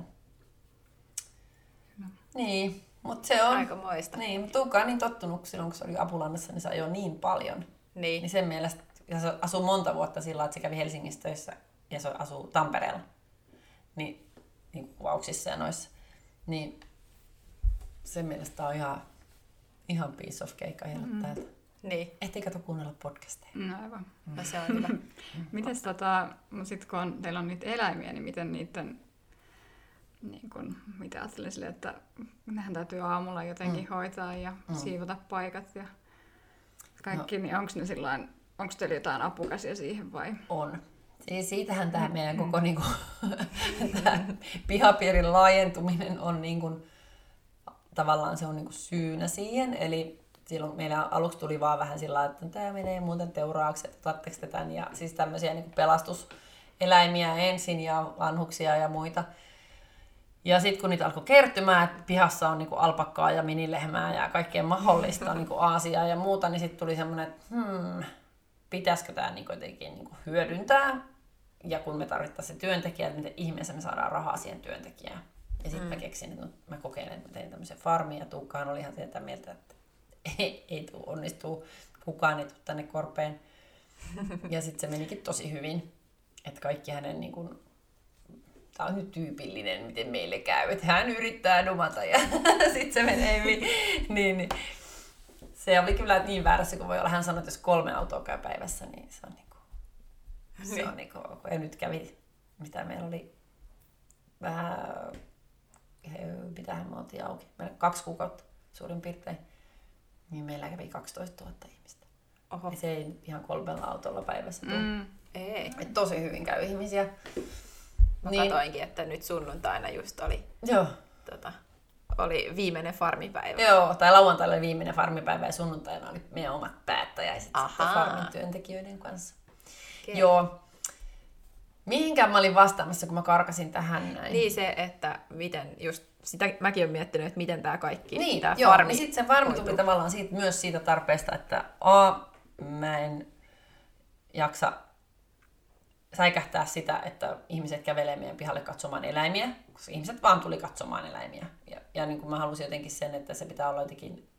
Niin, mutta se on... Aikamoista. Niin, mutta Tuukka on niin tottunut, kun silloin kun se oli Apulannassa, niin se ajoi niin paljon. Niin sen mielestä, ja se asuu monta vuotta sillä lailla, että se kävi Helsingissä töissä ja se asuu Tampereella. Niin kuvauksissa ja noissa. Niin sen mielestä on ihan piece of cake ajella täältä. Niin. Ettei kato kuunnella podcasteja. No aivan. No se on hyvä. Mites sit kun teillä on niitä eläimiä, niin miten niiden, niin kun, mitä ajattelen silleen, että nehän täytyy aamulla jotenkin hoitaa ja siivota paikat ja kaikki, niin onko teillä jotain apukäsiä siihen vai? On. Siis siitähän tämä meidän koko niinku, pihapiirin laajentuminen on niinku, tavallaan se on niinku syynä siihen. Eli silloin meillä aluksi tuli vaan vähän sillä että tämä menee muuten teuraaksi, että otatteko te tämän. Ja siis tämmöisiä niinku pelastuseläimiä ensin ja vanhuksia ja muita. Ja sitten kun niitä alkoi kertymään, että pihassa on niinku alpakkaa ja minilehmää ja kaikkea mahdollista niinku aasiaa ja muuta, niin sitten tuli semmoinen, että pitäisikö tämä niinku jotenkin niinku hyödyntää. Ja kun me tarvittaisiin se työntekijä, että miten ihmeessä me saadaan rahaa siihen työntekijään. Ja sitten mä keksin, että mä kokeilen, että mä teen tämmöisen farmin. Ja Tuukkahan oli ihan sitä mieltä, että ei onnistuu, kukaan ei tule tänne korpeen. Ja sitten se menikin tosi hyvin. Että kaikki hänen, niin kun, tää on nyt tyypillinen, miten meille käy. Että hän yrittää dumata ja sitten se menee hyvin. niin. Se oli kyllä niin väärässä kuin voi olla. Hän sanoi, että jos 3 autoa käy päivässä, niin se on se on niinku, ja nyt kävi, mitä meillä oli vähän, mitähän me oltiin auki, meillä 2 kuukautta suurin piirtein, niin meillä kävi 12 000 ihmistä. Oho. Ja se ei ihan 3 autolla päivässä tule. Ei. Et tosi hyvin käy ihmisiä. Mä katoinkin, että nyt sunnuntaina just oli, oli viimeinen farmipäivä. Joo, tai lauantaina oli viimeinen farmipäivä ja sunnuntaina oli meidän omat päättäjäiset sitten farmin työntekijöiden kanssa. Okay. Joo. Mihinkään mä olin vastaamassa, kun mä karkasin tähän näin. Niin se, että miten just, sitä mäkin olen miettinyt, että miten tää kaikki, niin, tää joo, farmi niin sitten se farmi tuli tavallaan myös siitä tarpeesta, että mä en jaksa säikähtää sitä, että ihmiset kävelee meidän pihalle katsomaan eläimiä, koska ihmiset vaan tuli katsomaan eläimiä. Ja niin kuin mä halusin jotenkin sen, että se pitää olla jotenkin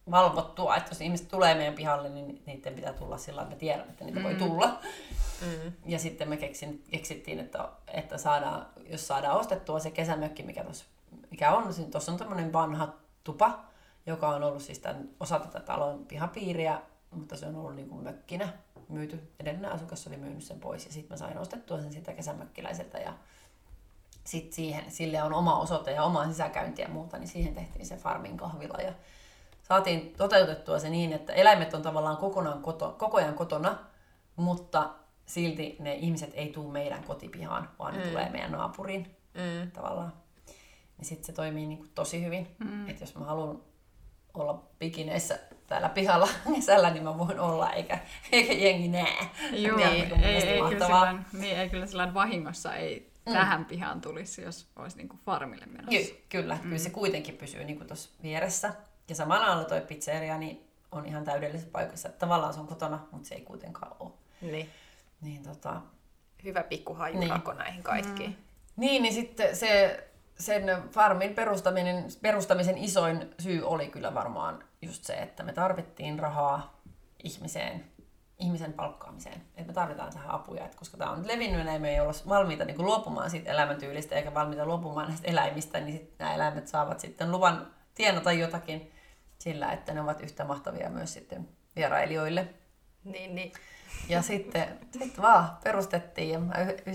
valvottua, että jos ihmiset tulee meidän pihalle, niin niiden pitää tulla sillä tavalla, että me tiedämme, että niitä voi tulla. Ja sitten me keksittiin, että jos saadaan ostettua se kesämökki, mikä on, tuossa on tämmöinen vanha tupa, joka on ollut siis osa tätä talon pihapiiriä, mutta se on ollut niin kuin mökkinä myyty. Edellinen asukas oli myynyt sen pois ja sitten mä sain ostettua sen sitä kesämökkiläiseltä ja sitten sille on oma osoite ja oma sisäkäynti ja muuta, niin siihen tehtiin se farmin kahvila ja saatiin toteutettua se niin, että eläimet on tavallaan koko ajan kotona, mutta silti ne ihmiset ei tule meidän kotipihaan, vaan ne tulee meidän naapuriin tavallaan. Niin sitten se toimii niin kuin tosi hyvin. Että jos mä haluan olla pikineissä täällä pihalla kesällä, niin mä voin olla, eikä jengi näe. Joo, ei kyllä sellainen vahingossa ei tähän pihaan tulisi, jos olisi niin kuin farmille menossa. Kyllä se kuitenkin pysyy niin kuin tuossa vieressä. Ja samalla lailla toi pizzeria niin on ihan täydellisessä paikassa. Että tavallaan se on kotona, mutta se ei kuitenkaan ole. Niin, hyvä pikku hajurako näihin kaikkiin. Niin sitten sen farmin perustamisen isoin syy oli kyllä varmaan just se, että me tarvittiin rahaa ihmisen palkkaamiseen. Että me tarvitaan tähän apuja, että koska tämä on nyt levinnyt ja me ei olla valmiita niin kuin luopumaan siitä elämäntyylistä eikä valmiita luopumaan näistä eläimistä, niin sitten nämä eläimet saavat sitten luvan tienata jotakin sillä, että ne ovat yhtä mahtavia myös sitten vierailijoille. Niin. Ja sitten vaan perustettiin ja mä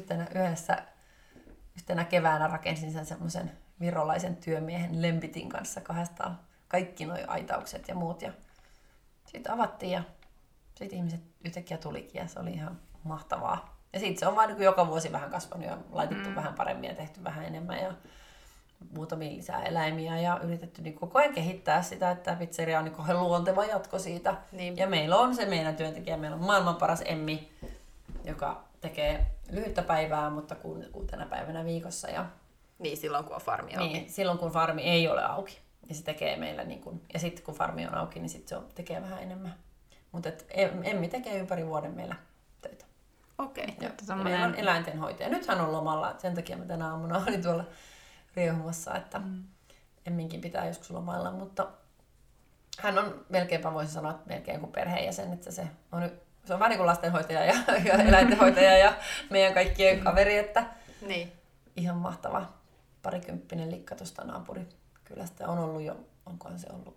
yhtenä keväänä rakensin sen semmoisen virolaisen työmiehen Lempitin kanssa kahdestaan kaikki nuo aitaukset ja muut. Ja sitten avattiin ja sitten ihmiset yhtäkkiä tulikin ja se oli ihan mahtavaa. Ja sitten se on vaan niin joka vuosi vähän kasvanut ja laitettu vähän paremmin ja tehty vähän enemmän ja muutamia lisää eläimiä ja yritetty niin koko ajan kehittää sitä, että pizzeria on niin luonteva jatko siitä. Niin. Ja meillä on se meidän työntekijä, meillä on maailman paras Emmi, joka tekee lyhyttä päivää, mutta 6 päivänä viikossa. Ja niin, silloin kun on farmi auki. Niin, silloin kun farmi ei ole auki. Ja se tekee meillä, niin kun, ja sitten kun farmi on auki, niin sitten se tekee vähän enemmän. Mutta Emmi tekee ympäri vuoden meillä töitä. Okei. Ja meillä on eläintenhoitaja. Nyt hän on lomalla, sen takia mä tänä aamuna olin tuolla riehumassa, että Emminkin pitää joskus lomailla, mutta hän on melkeinpä, voisin sanoa, että melkein kuin perheenjäsen, että se on vähän niin kuin lastenhoitaja ja eläintenhoitaja ja meidän kaikkien kaveri, että niin. Ihan mahtava parikymppinen likka tuosta naapurikylästä on ollut jo, onkohan se ollut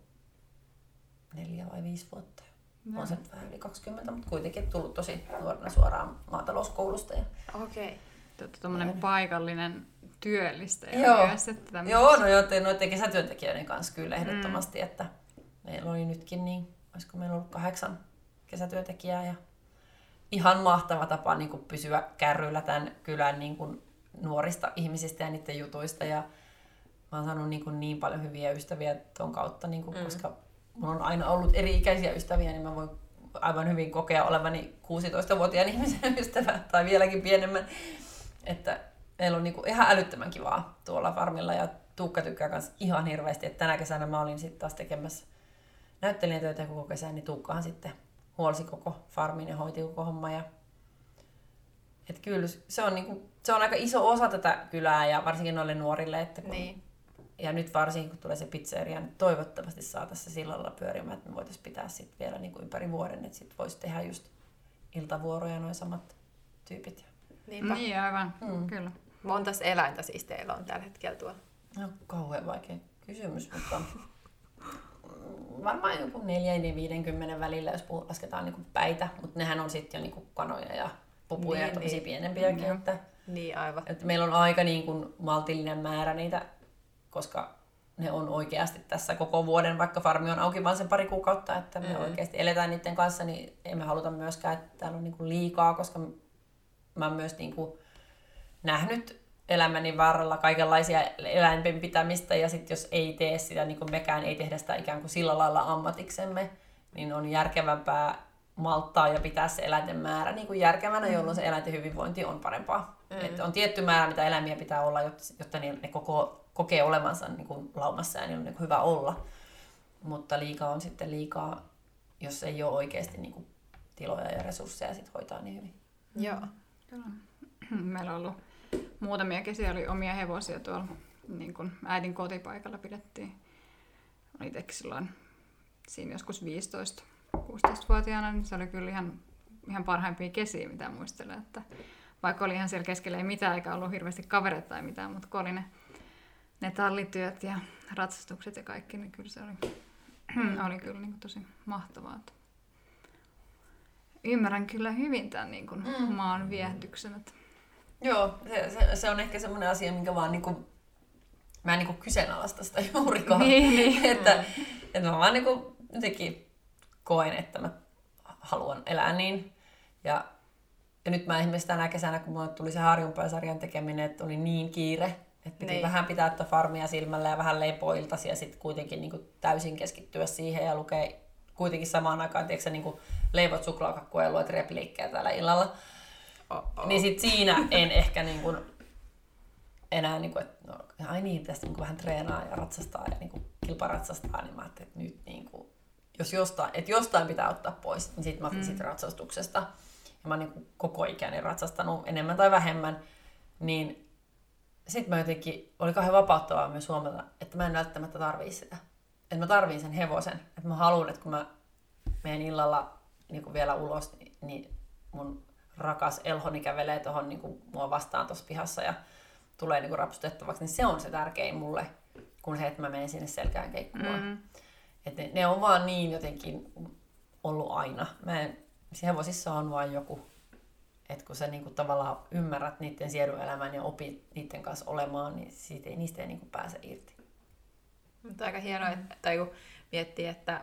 4 vai 5 vuotta jo. No. On se vähän yli 20, mutta kuitenkin tullut tosi nuorena suoraan maatalouskoulusta. Okei. Tuommoinen paikallinen työllistäjä myös. Joo, noiden kesätyöntekijöiden kanssa kyllä ehdottomasti, että meillä oli nytkin niin, olisiko meillä ollut 8 kesätyöntekijää ja ihan mahtava tapa niin kuin pysyä kärryillä tämän kylän niin kuin nuorista ihmisistä ja niiden jutuista ja mä oon saanut niin paljon hyviä ystäviä ton kautta, niin kuin, koska mulla on aina ollut eri-ikäisiä ystäviä, niin mä voin aivan hyvin kokea olevani 16-vuotiaan ihmisen ystävä tai vieläkin pienemmän. Että meillä on niinku ihan älyttömän kivaa tuolla farmilla ja Tuukka tykkää kanssa ihan hirveästi. Että tänä kesänä mä olin sitten taas tekemässä näyttelijätöitä koko kesän, niin Tuukkahan sitten huolsi koko farmin ja hoiti koko homma. Että kyllä se on aika iso osa tätä kylää ja varsinkin noille nuorille. Että niin. Ja nyt varsinkin kun tulee se pizzeria, niin toivottavasti saataisiin se sillalla pyörimään, että me voitaisiin pitää sit vielä niin kuin ympäri vuoden, että sitten voisi tehdä just iltavuoroja noin samat tyypit. Niinpä. Niin aivan, kyllä. Montas eläintä siis teillä on tällä hetkellä tuolla? No kauhean vaikea kysymys, mutta varmaan joku 4-50 välillä, jos lasketaan niin kuin päitä, mutta nehän on sitten jo niin kuin kanoja ja pupuja ja tosi pienempiäkin. Että, niin aivan. Että meillä on aika niin kuin maltillinen määrä niitä, koska ne on oikeasti tässä koko vuoden, vaikka farmi on auki vain sen pari kuukautta, että me oikeasti eletään niiden kanssa, niin emme haluta myöskään, että täällä on niin kuin liikaa, koska mä oon myös niin kuin nähnyt elämäni varrella kaikenlaisia eläinten pitämistä, ja sitten jos ei tee sitä, niin kuin mekään ei tehdä sitä ikään kuin sillä lailla ammatiksemme, niin on järkevämpää malttaa ja pitää se eläinten määrä niin kuin järkevänä, jolloin se eläinten hyvinvointi on parempaa. Että on tietty määrä, mitä eläimiä pitää olla, jotta ne kokee olevansa niin kuin laumassa ja niin on niin kuin hyvä olla. Mutta liikaa on sitten liikaa, jos ei ole oikeasti niin kuin tiloja ja resursseja sit hoitaa niin hyvin. Joo. Kyllä. Meillä on ollut muutamia kesiä, oli omia hevosia tuolla niin kuin äidin kotipaikalla pidettiin. Oli itsekin silloin siinä joskus 15-16-vuotiaana, niin se oli kyllä ihan parhaimpia kesiä, mitä muistelen. Että vaikka oli ihan siellä keskellä ei mitään, eikä ollut hirveästi kavereita tai mitään, mutta kun oli ne tallityöt ja ratsastukset ja kaikki, niin kyllä se oli kyllä niin kuin tosi mahtavaa. Ymmärrän kyllä hyvin tämän niin kuin maan viehätyksen. Että... Joo, se on ehkä semmoinen asia, minkä vaan niinku, mä en niinku kyseenalaista sitä juurikaan. Niin. että mä vaan niinku jotenkin koen, että mä haluan elää niin. Ja nyt mä esimerkiksi tänä kesänä, kun mulle tuli se Harjunpää-sarjan tekeminen, että oli niin kiire, että piti vähän pitää tätä farmia silmällä ja vähän lepoiltasi ja sitten kuitenkin niinku täysin keskittyä siihen ja lukea kuitenkin samaan aikaan, tiedätkö, niinku leivot suklaakakkua ja luet repliikkejä täällä illalla. Niin sit siinä en ehkä niinku enää, niinku, että no, ai niin, pitäisi niinku vähän treenaa ja ratsastaa ja niinku kilparatsastaa, niin mä ajattelin, että nyt niinku, jos jostain pitää ottaa pois, niin sit mä otin sit ratsastuksesta. Ja mä oon niinku koko ikäni ratsastanut enemmän tai vähemmän, niin sit mä jotenkin, oli kauhean vapauttavaa myös huomata, että mä en välttämättä tarvii sitä. Että mä tarviin sen hevosen. Että mä haluan, että kun mä menen illalla niinku vielä ulos, niin mun rakas Elhoni kävelee tuohon niinku mua vastaan tuossa pihassa ja tulee niinku rapsutettavaksi, niin se on se tärkein mulle, kun se, että mä menen sinne selkään keikkumaan. Että ne on vaan niin jotenkin ollut aina. Hevosissa on vaan joku, että kun sä niinku tavallaan ymmärrät niiden siedunelämän ja opit niiden kanssa olemaan, niin niistä ei niinku pääse irti. Mutta aika hienoa, tai kun miettii, että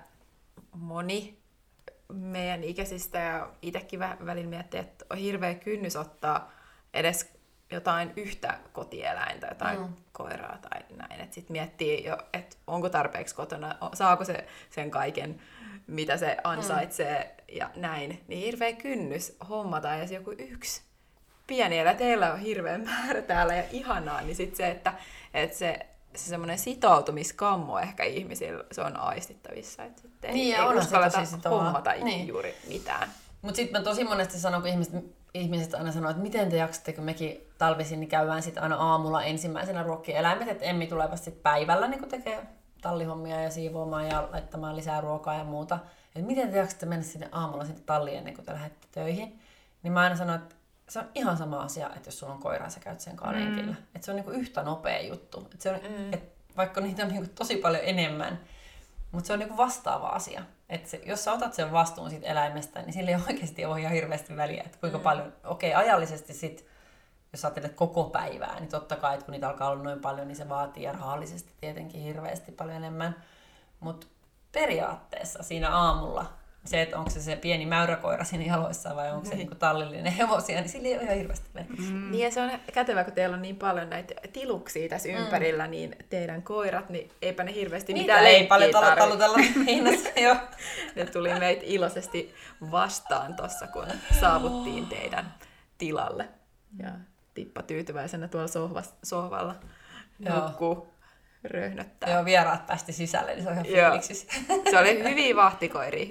moni meidän ikäisistä ja itsekin välillä miettii, että on hirveä kynnys ottaa edes jotain yhtä kotieläintä, jotain koiraa tai näin. Että sitten miettii jo, että onko tarpeeksi kotona, saako se sen kaiken, mitä se ansaitsee ja näin. Niin hirveä kynnys hommata edes joku yksi pieni eläin. Teillä on hirveä määrä täällä ja ihanaa, niin sitten se, että se semmoinen sitoutumiskammo ehkä ihmisillä, se on aistittavissa. Että sitten niin, ei uskalleta hommata niin. juuri mitään. Mutta sitten mä tosi monesti sanon, kun ihmiset aina sanoo, että miten te jaksatte, kun mekin talvisin, niin käydään sitten aina aamulla ensimmäisenä ruokkia eläimet, että Emmi tulee vasta sitten päivällä niin kun tekee tallihommia ja siivoamaan ja laittamaan lisää ruokaa ja muuta. Että miten te jaksatte mennä sinne aamulla sinne talliin ennen kuin te lähdette töihin. Niin mä aina sanon, että se on ihan sama asia, että jos sulla on koira, sä käyt sen lenkillä. Että se on niinku yhtä nopea juttu. Että se on, vaikka niitä on niinku tosi paljon enemmän, mutta se on niinku vastaava asia. Että jos sä otat sen vastuun siitä eläimestä, niin sillä ei oikeasti ole ihan hirveästi väliä, että kuinka paljon, ajallisesti sit, jos ajattelet koko päivää, niin totta kai, että kun niitä alkaa olla noin paljon, niin se vaatii ja rahallisesti tietenkin hirveästi paljon enemmän. Mutta periaatteessa siinä aamulla, se, että onko se pieni mäyräkoira siinä jaloissa vai onko se niinku tallillinen hevosia, niin sillä ei ole ihan hirveästi merkitystä. Niin ja se on kätevä, kun teillä on niin paljon näitä tiluksia tässä ympärillä, niin teidän koirat, niin eipä ne hirveästi mitään ei paljon talutella hinnassa jo. Ne tuli meitä iloisesti vastaan tuossa, kun saavuttiin teidän tilalle. Ja Tippa tyytyväisenä tuolla sohvalla nukkuu, röhnöttää. Joo, vieraat päästi sisälle, niin se on ihan fiiliksissä. Se oli hyviä vahtikoiria,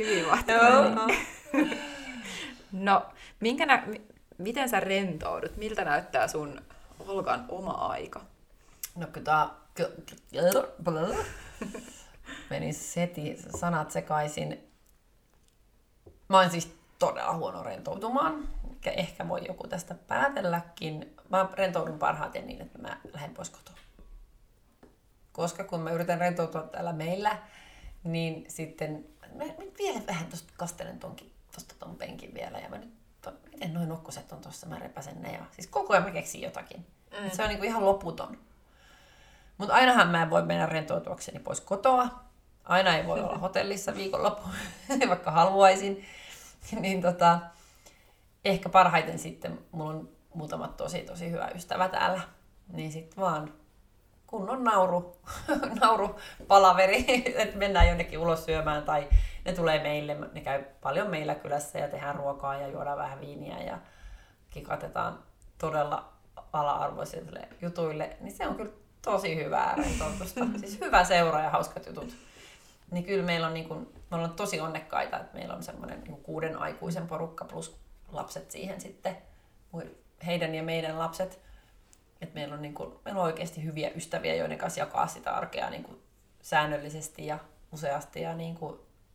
No, miten sä rentoudut? Miltä näyttää sun Olgan oma aika? No menis heti sanat sekaisin. Mä oon siis todella huono rentoutumaan. Ehkä voi joku tästä päätelläkin. Mä rentoudun parhaiten niin, että mä lähden pois kotoa. Koska kun mä yritän rentoutua täällä meillä, niin sitten mä vielä vähän tosta kastelen ton penkin vielä. Ja mä nyt, miten noin nokkoset on tossa, mä repäsen ne. Ja, siis koko ajan mä keksin jotakin. Se on niinku ihan loputon. Mutta ainahan mä en voi mennä rentoutuakseni pois kotoa. Aina ei voi olla hotellissa viikonloppuun, vaikka haluaisin. Niin ehkä parhaiten sitten mulla on muutamat tosi hyvä ystävä täällä. Niin sit vaan kunnon naurupalaveri, että mennään jonnekin ulos syömään tai ne tulee meille. Ne käy paljon meillä kylässä ja tehdään ruokaa ja juodaan vähän viiniä ja kikatetaan todella ala-arvoisille jutuille. Niin se on kyllä tosi hyvää rentoutusta. Siis hyvä seura ja hauskat jutut. Niin kyllä meillä on, me ollaan tosi onnekkaita, että meillä on semmoinen 6 aikuisen porukka plus lapset siihen sitten. Heidän ja meidän lapset. Että meillä on oikeasti hyviä ystäviä, joiden kanssa jakaa sitä arkea säännöllisesti ja useasti. Ja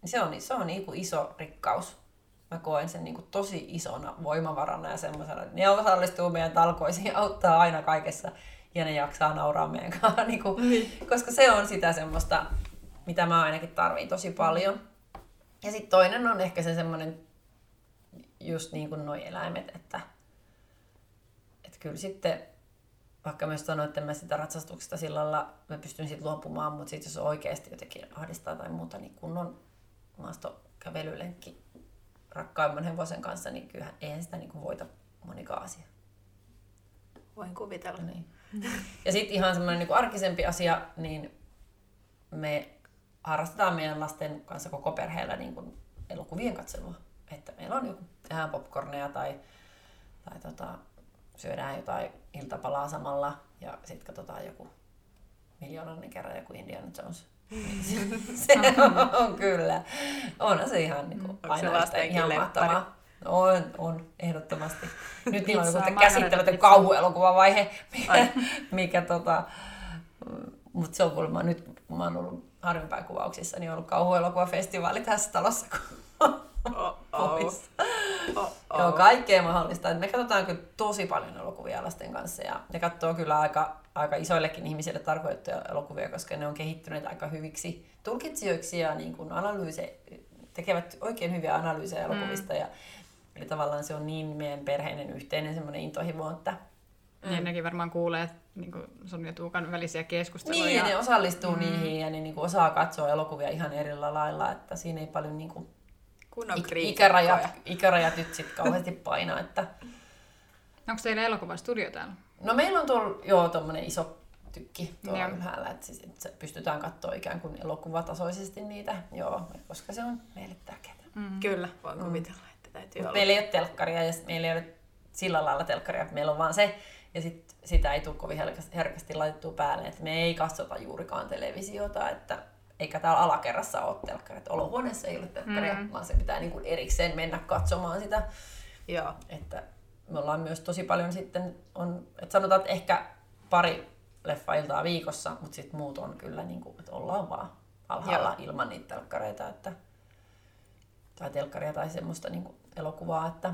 se on niin kuin iso rikkaus. Mä koen sen niin kuin tosi isona voimavarana ja semmoisena, että ne osallistuu meidän talkoisiin, auttaa aina kaikessa ja ne jaksaa nauraa meidän kanssa, niin kuin, koska se on sitä semmoista, mitä mä ainakin tarviin tosi paljon. Ja sitten toinen on ehkä se semmoinen, just niin kuin noi eläimet, että kyllä sitten, vaikka myös sanoin, että mä sitä ratsastuksesta sillä lailla, mä pystyn siitä luopumaan, mutta sitten jos oikeasti jotenkin ahdistaa tai muuta, niin kunnon maastokävelylenkki rakkaimman hevosen kanssa, niin kyllähän eihän sitä niin kuin voita monikaan asia. Voin kuvitella. Niin. Ja sitten ihan semmoinen niin kuin arkisempi asia, niin me harrastetaan meidän lasten kanssa koko perheellä niin kuin elokuvien katselua. Että meillä on joku, tehdään popcorneja tai syödään jotain iltapalaa samalla ja sitten katsotaan joku miljoonannen kerran joku Indiana Jones. Se on kyllä. Onhan se ihan niin kuin, aina sitä ihan mahtavaa. On, ehdottomasti. Nyt niillä on joku käsittämätön kauhuelokuvavaihe, mikä mutta se on kuulemma nyt, kun mä oon ollut Harvinpäin kuvauksissa, niin on ollut kauhuelokuvafestivaali tässä talossa. Joo, kaikkea mahdollista. Me katsotaan kyllä tosi paljon elokuvia lasten kanssa ja ne katsoo kyllä aika isoillekin ihmisille tarkoitettuja elokuvia, koska ne on kehittyneet aika hyviksi tulkitsijoiksi ja niin kuin tekevät oikein hyviä analyysejä elokuvista. Eli tavallaan se on niin meidän perheinen yhteinen semmoinen intohimo, että Niin nekin varmaan kuulee niin sun ja Tuukan välisiä keskusteluja. Niin, ja ne osallistuu niihin ja ne niin kuin osaa katsoa elokuvia ihan eri lailla, että siinä ei paljon niin kuin ikärajat nyt sit kauheasti painaa. Että Onko teillä elokuvastudio täällä? No meillä on tuolla tommonen iso tykki tuolla ylhäällä, että pystytään katsoa ikään kuin elokuvatasoisesti niitä, koska se on meille tärkeää. Kyllä, voin kuvitella, että täytyy olla. Meillä ei ole telkkaria ja meillä ei ole sillä lailla telkkaria, että meillä on vaan se, ja sitä ei tule kovin herkästi laitettua päälle, että me ei katsota juurikaan televisiota, eikä täällä alakerrassa ole telkkaria. Olohuoneessa ei ole telkkaria, vaan se pitää niin kuin erikseen mennä katsomaan sitä. Joo. Että me ollaan myös tosi paljon sitten, että sanotaan, että ehkä pari leffailtaa viikossa, mutta sitten muut on kyllä, niin kuin, että ollaan vaan alhaalla ilman niitä telkkareita, tai telkkaria tai semmoista niin kuin elokuvaa, että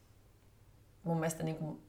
mun mielestä niin kuin,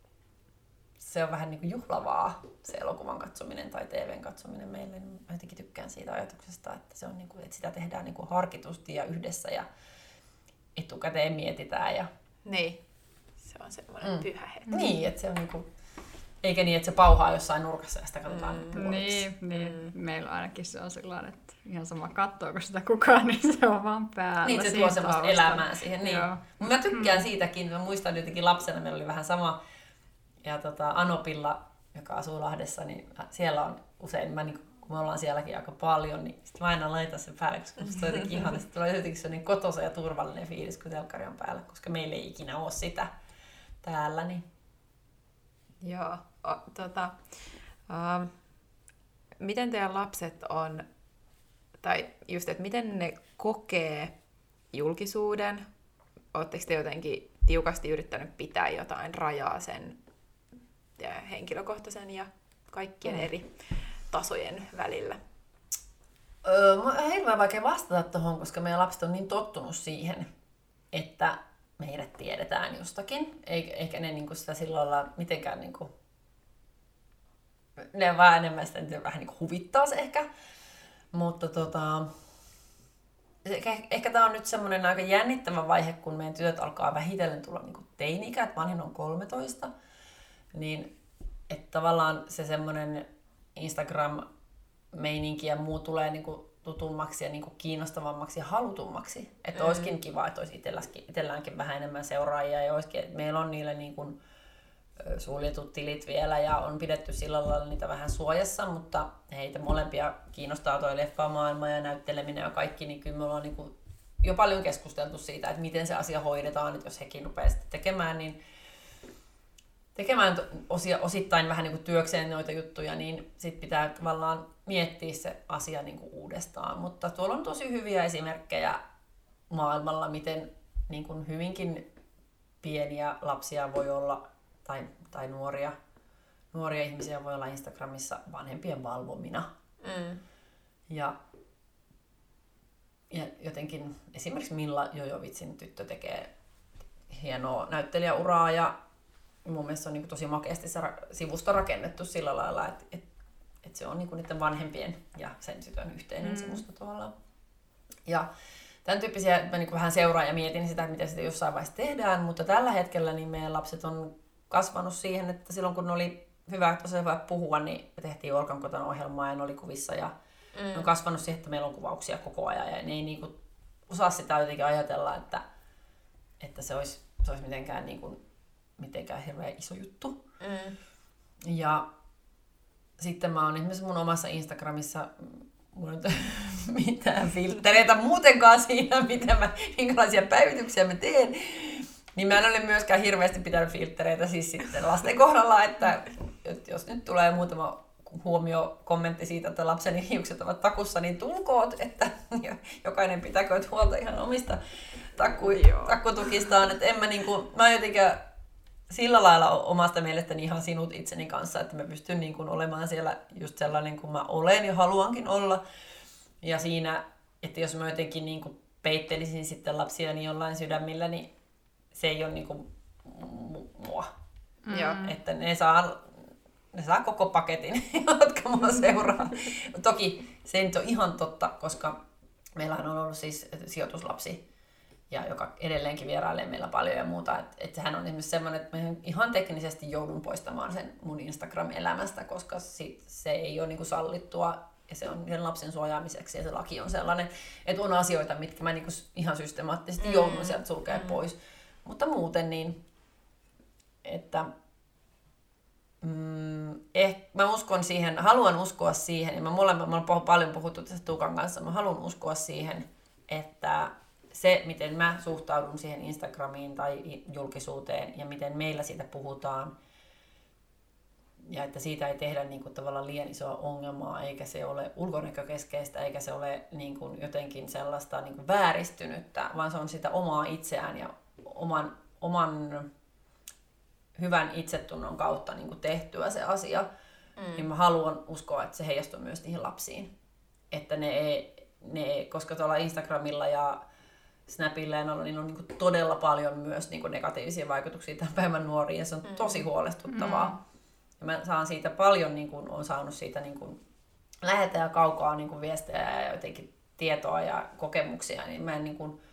se on vähän niin kuin juhlavaa se elokuvan katsominen tai TVn katsominen meille. Mä jotenkin tykkään siitä ajatuksesta, että, se on niin kuin, että sitä tehdään niin kuin harkitusti ja yhdessä ja etukäteen mietitään. Ja niin, se on semmoinen pyhä hetki. Niin, että se on niin kuin, eikä niin, että se pauhaa jossain nurkassa ja sitä katsotaan puoliksi. Niin. Meillä ainakin se on sellainen, että ihan sama katsoako sitä kukaan, niin se on vaan päällä. Niin, se tuo semmoista elämää siihen. Niin. Mä tykkään siitäkin. Mä muistan jotenkin lapsena, meillä oli vähän sama. Ja Anopilla, joka asuu Lahdessa, niin siellä on usein, kun me ollaan sielläkin aika paljon, niin sit mä aina laitan sen päälle, koska musta on jotenkin ihana. Sitten tulee jotenkin sellainen kotoisa ja turvallinen fiilis, kun telkkari on päällä, koska meillä ei ikinä ole sitä täällä. Niin. Joo. Miten teidän lapset on, tai just, että miten ne kokee julkisuuden? Oletteko te jotenkin tiukasti yrittänyt pitää jotain rajaa sen ja henkilökohtaisen ja kaikkien eri tasojen välillä? On hirveän vaikea vastata tuohon, koska meidän lapset on niin tottunut siihen, että meidät tiedetään jostakin, eikä ne niinku sitä silloin olla mitenkään niinku, ne vaan enemmän sitä vähän niinku huvittaa se ehkä, mutta ehkä tämä on nyt semmoinen aika jännittävä vaihe, kun meidän tytöt alkaa vähitellen tulla niinku teini-ikä, että vanhin on 13, niin että tavallaan se semmoinen Instagram-meininki ja muu tulee niinku tutummaksi ja niinku kiinnostavammaksi ja halutummaksi. Että olisikin kiva, että olisi itselläänkin vähän enemmän seuraajia ja olisikin, että meillä on niille niinku suljetut tilit vielä ja on pidetty sillä lailla niitä vähän suojassa, mutta heitä molempia kiinnostaa toi leffamaailma ja näytteleminen ja kaikki, niin kyllä me ollaan niinku jo paljon keskusteltu siitä, että miten se asia hoidetaan, että jos hekin rupeaa tekemään, niin osittain vähän niin kuin työkseen noita juttuja, niin sit pitää tavallaan miettiä se asia niin kuin uudestaan. Mutta tuolla on tosi hyviä esimerkkejä maailmalla, miten niin kuin hyvinkin pieniä lapsia voi olla, tai nuoria ihmisiä voi olla Instagramissa vanhempien valvomina. Ja Ja jotenkin esimerkiksi Milla Jojovitsin tyttö tekee hienoa näyttelijäuraa ja mun mielestä se on niin kuin tosi makeasti se sivusto rakennettu sillä lailla, että se on niin kuin niiden vanhempien ja sen tytön yhteinen sivusto tavallaan. Ja tämän tyyppisiä mä niin vähän seuraan ja mietin sitä, miten sitä jossain vaiheessa tehdään, mutta tällä hetkellä niin meidän lapset on kasvanut siihen, että silloin kun ne oli hyvä puhua, niin me tehtiin Olkan kotona ohjelmaa ja ne oli kuvissa ja ne on kasvanut siihen, että meillä on kuvauksia koko ajan ja ne ei niin kuin osaa sitä jotenkin ajatella, että se olisi mitenkään hirveän iso juttu. Ja sitten mä oon esimerkiksi mun omassa Instagramissa, mulla ei ole mitään filttereitä muutenkaan siinä, minkälaisia päivityksiä mä teen, niin mä en ole myöskään hirveästi pitänyt filttereitä siis sitten lasten kohdalla, että jos nyt tulee muutama kommentti siitä, että lapseni hiukset ovat takussa, niin tulkoot, että jokainen pitäkööt huolta ihan omista takkutukistaan, että mä jotenkin sillä lailla omasta mielestäni ihan sinut itseni kanssa, että mä pystyn niin kuin olemaan siellä just sellainen kuin mä olen ja haluankin olla. Ja siinä, että jos mä jotenkin niin kuin peittelisin sitten lapsiani jollain sydämillä, niin se ei ole niin kuin mua. Että ne saa koko paketin, jotka mua seuraa. Toki se ei nyt ole ihan totta, koska meillähän on ollut siis sijoituslapsi, ja joka edelleenkin vierailee meillä paljon ja muuta. Että hän on esimerkiksi semmoinen, että mä ihan teknisesti joudun poistamaan sen mun Instagram-elämästä, koska se ei ole niinku sallittua ja se on sen lapsen suojaamiseksi ja se laki on sellainen, että on asioita, mitkä mä niinku ihan systemaattisesti joudun sieltä sulkea pois. Mutta muuten niin, että mä uskon siihen, haluan uskoa siihen, ja mä oon paljon puhuttu tästä Tukan kanssa, mä haluan uskoa siihen, että se, miten mä suhtaudun siihen Instagramiin tai julkisuuteen ja miten meillä siitä puhutaan ja että siitä ei tehdä niin kuin tavallaan liian isoa ongelmaa, eikä se ole ulkonäkökeskeistä, eikä se ole niin kuin jotenkin sellaista niin kuin vääristynyttä, vaan se on sitä omaa itseään ja oman hyvän itsetunnon kautta niin kuin tehtyä se asia. Niin mä haluan uskoa, että se heijastuu myös niihin lapsiin. Että koska tuolla Instagramilla ja Snapilla ja niin on niin kuin todella paljon myös niin kuin negatiivisia vaikutuksia tämän päivän nuoriin ja se on tosi huolestuttavaa. Ja mä saan siitä paljon, niin kuin, olen saanut siitä niin kuin lähetä ja kaukaa niin kuin viestejä ja jotenkin tietoa ja kokemuksia, niin mä en niin kuin,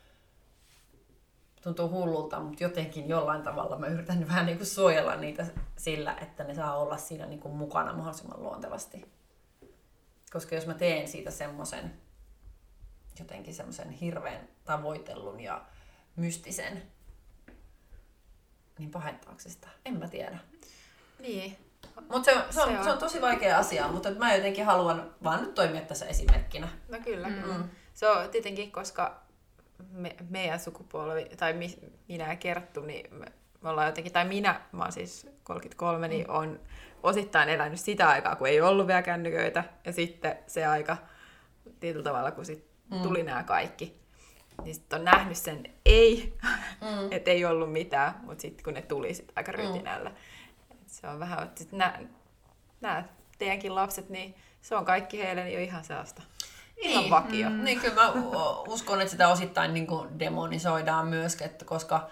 tuntuu hullulta, mutta jotenkin jollain tavalla mä yritän vähän niin kuin suojella niitä sillä, että ne saa olla siinä niin kuin mukana mahdollisimman luontevasti. Koska jos mä teen siitä jotenkin semmoisen hirveän tavoitellun ja mystisen, niin pahettaako se sitä? En mä tiedä. Niin. Mutta se on tosi vaikea asia, mutta mä jotenkin haluan vaan nyt toimia tässä esimerkkinä. No kyllä. Se on tietenkin, koska meidän sukupolvi, tai minä ja Kerttu, niin me ollaan jotenkin, tai mä oon siis 33, niin on osittain elänyt sitä aikaa, kun ei ollut vielä kännyköitä, ja sitten se aika tietyllä tavalla, kun sit tuli nämä kaikki, niin sitten on nähnyt sen että ei ollut mitään, mutta sitten kun ne tuli sit aika rytinällä. Se on vähän, että nämä teidänkin lapset, niin se on kaikki heille jo ihan sellaista. Ihan vakio. Niin kyllä mä uskon, että sitä osittain niin kuin demonisoidaan myös, koska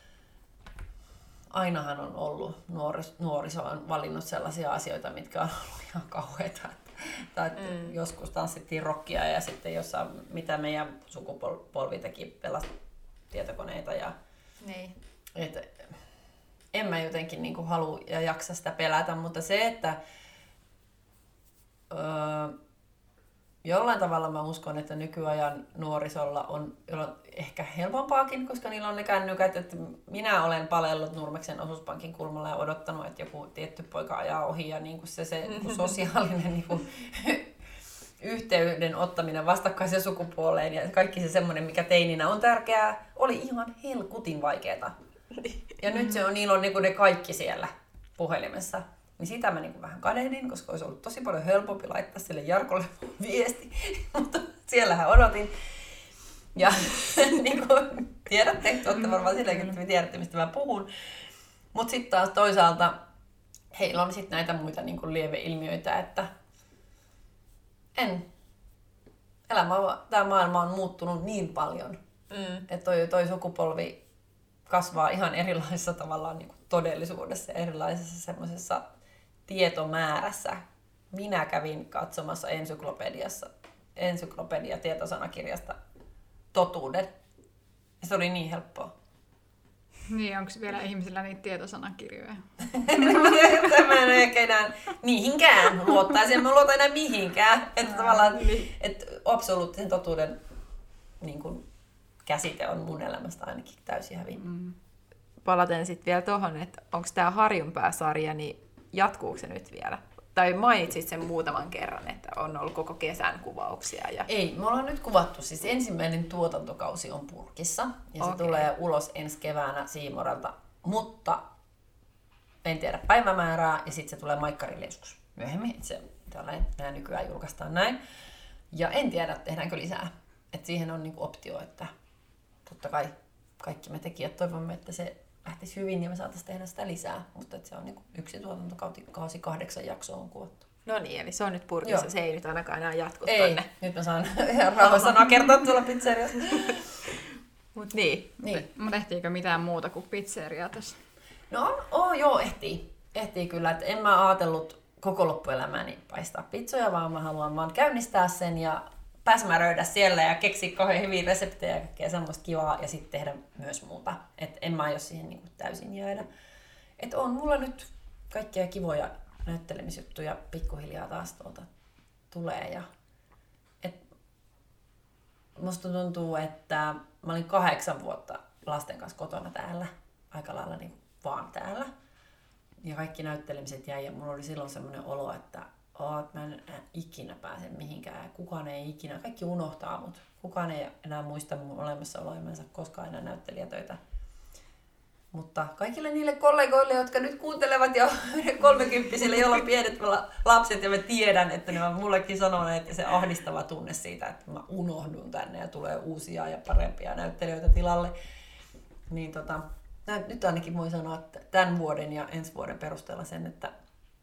ainahan on ollut nuoriso on valinnut sellaisia asioita, mitkä on ollut ihan kauheita. Tai joskus tanssittiin rockia ja sitten jossain, mitä meidän sukupolvi teki, pelasi tietokoneita. Ja, niin. En mä jotenkin niin kuin halua ja jaksa sitä pelätä, mutta se, että jollain tavalla mä uskon, että nykyajan nuorisolla on ehkä helpompaakin, koska niillä on ne kännykät, että minä olen palellut Nurmeksen osuuspankin kulmalla ja odottanut, että joku tietty poika ajaa ohi ja niin kuin se niin kuin sosiaalinen niin kuin yhteyden ottaminen vastakkaisen sukupuoleen ja kaikki se semmoinen, mikä teininä on tärkeää, oli ihan helkutin vaikeeta. Ja nyt niillä on niin kuin ne kaikki siellä puhelimessa. Niin sitä mä niin kuin vähän kadehdin, koska olisi ollut tosi paljon helpompi laittaa sille Jarkolle viesti. Mutta siellähän odotin. Ja niin kuin tiedätte, olette varmaan silleen, että me tiedätte, mistä mä puhun. Mutta sitten taas toisaalta heillä on sitten näitä muita niin kuin lieveilmiöitä, että tämä maailma on muuttunut niin paljon, että toi sukupolvi kasvaa ihan erilaisessa tavallaan niin kuin todellisuudessa ja erilaisessa semmoisessa tietomäärässä. Minä kävin katsomassa ensyklopedia-tietosanakirjasta totuuden. Ja se oli niin helppoa. Niin, onko vielä ihmisillä niitä tietosanakirjoja? Mä en ehkä enää mihinkään luottaisi, en mä luota enää mihinkään. Että tavallaan että absoluuttisen totuuden niin kuin, käsite on mun elämästä ainakin täysin hävinnyt. Palaten sitten vielä tuohon, että onko tämä Harjunpää-sarja, niin jatkuuko se nyt vielä? Tai mainitsit sen muutaman kerran, että on ollut koko kesän kuvauksia. Ja... Ei, me ollaan nyt kuvattu. Siis ensimmäinen tuotantokausi on purkissa ja se tulee ulos ensi keväänä Siimorelta, mutta en tiedä päivämäärää ja sitten se tulee Maikkarille joskus myöhemmin. Nämä nykyään julkaistaan näin. Ja en tiedä, tehdäänkö lisää. Et siihen on niinku optio, että totta kai kaikki me tekijät toivomme, että se lähtisi hyvin ja me saataisiin tehdä sitä lisää, mutta se on niinku yksi tuotantokausi 8 jaksoa on kuvattu. No niin, eli se on nyt purkissa, se ei nyt ainakaan enää jatku ei, tonne. Nyt mä saan ihan rauhassa sanoa kertoa tuolla pizzeriassa. Mut niin. Mutta ehtiikö mitään muuta kuin pizzeria tässä? No joo, ehtii kyllä. Et en mä ajatellut koko loppuelämääni paistaa pizzoja, vaan mä haluan vaan käynnistää sen ja päsmäröidä siellä ja keksiä kauhean hyviä reseptejä ja kaikkea semmoista kivaa ja sitten tehdä myös muuta. Et en mä aio siihen niinku täysin jäädä. Et on mulla nyt kaikkia kivoja näyttelemisjuttuja pikkuhiljaa taas tulee. Ja musta tuntuu, että mä olin 8 vuotta lasten kanssa kotona täällä, aika lailla niin vaan täällä. Ja kaikki näyttelemiset jäi ja mulla oli silloin semmoinen olo, että mä en ikinä pääse mihinkään. Kukaan ei ikinä, kaikki unohtaa mut. Kukaan ei enää muista mun olemassaoloa, en saa koskaan enää näyttelijätöitä. Mutta kaikille niille kollegoille, jotka nyt kuuntelevat jo 30-vuotiaille, joilla on pienet lapset ja mä tiedän, että ne on mullekin sanoneet ja se ahdistava tunne siitä, että mä unohdun tänne ja tulee uusia ja parempia näyttelijöitä tilalle. Niin nyt ainakin voin sanoa, että tämän vuoden ja ensi vuoden perusteella sen, että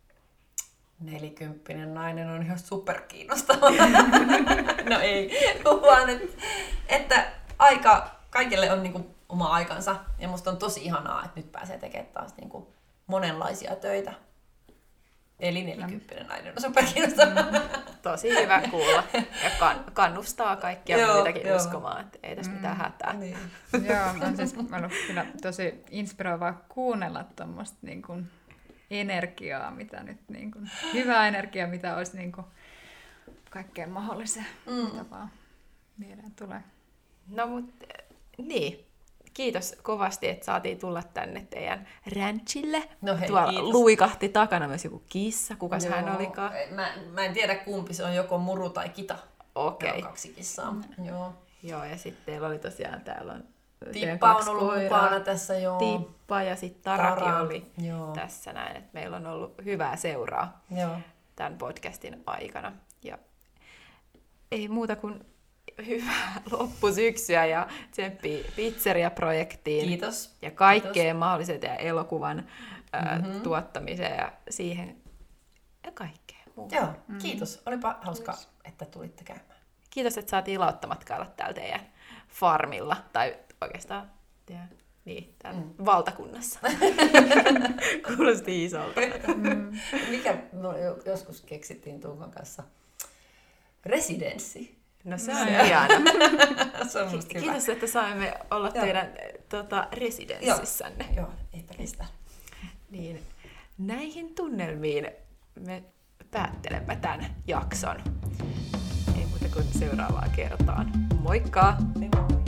40 nainen on ihan superkiinnostava. No ei, vaan että aika kaikille on niinku oma aikansa. Ja musta on tosi ihanaa, että nyt pääsee tekemään taas niinku monenlaisia töitä. Eli 40 nainen on superkiinnostava. Tosi hyvä kuulla. Ja kannustaa kaikkia muitakin uskomaan, että ei tässä mitään hätää. Niin. Joo, on siis ollut kyllä tosi inspiroivaa kuunnella tuommoista niin kuin energiaa, mitä nyt niin kuin, hyvää energiaa, mitä olisi niin kuin kaikkeen mahdolliseen, mitä vaan mieleen tulee. No mut niin. Kiitos kovasti, että saatiin tulla tänne teidän ranchille. No hei, tuolla kiitos. Luikahti takana myös joku kissa. Kukas hän olikaan? Mä en tiedä kumpi, se on joko muru tai kita. Okei. Okay. 2 kissaa. Joo. Joo, ja sitten teillä oli tosiaan, täällä on Tippa on ollut mukana tässä, joo. Tippa ja sitten Taraki Tara. oli tässä näin, että meillä on ollut hyvää seuraa tämän podcastin aikana. Ja ei muuta kuin hyvää loppusyksyä ja tsemppii pizzeria-projektiin. Kiitos. Ja kaikkeen mahdolliseen ja elokuvan tuottamiseen ja siihen ja kaikkeen muuhun. Joo, kiitos. Olipa hauska, että tulitte käymään. Kiitos, että saatiin lauttamatkailla täällä teidän farmilla, tai oikeastaan täällä valtakunnassa. Kuulosti isolta. Mikä joskus keksittiin Tuukon kanssa? Residenssi. No se on hieno. Se on musta hyvä. Kiitos, että saimme olla teidän residenssissänne. Joo, eipä mitään. Niin, näihin tunnelmiin me päättelemme tämän jakson. Ei muuta kuin seuraavaan kertaan. Moikka! Moi.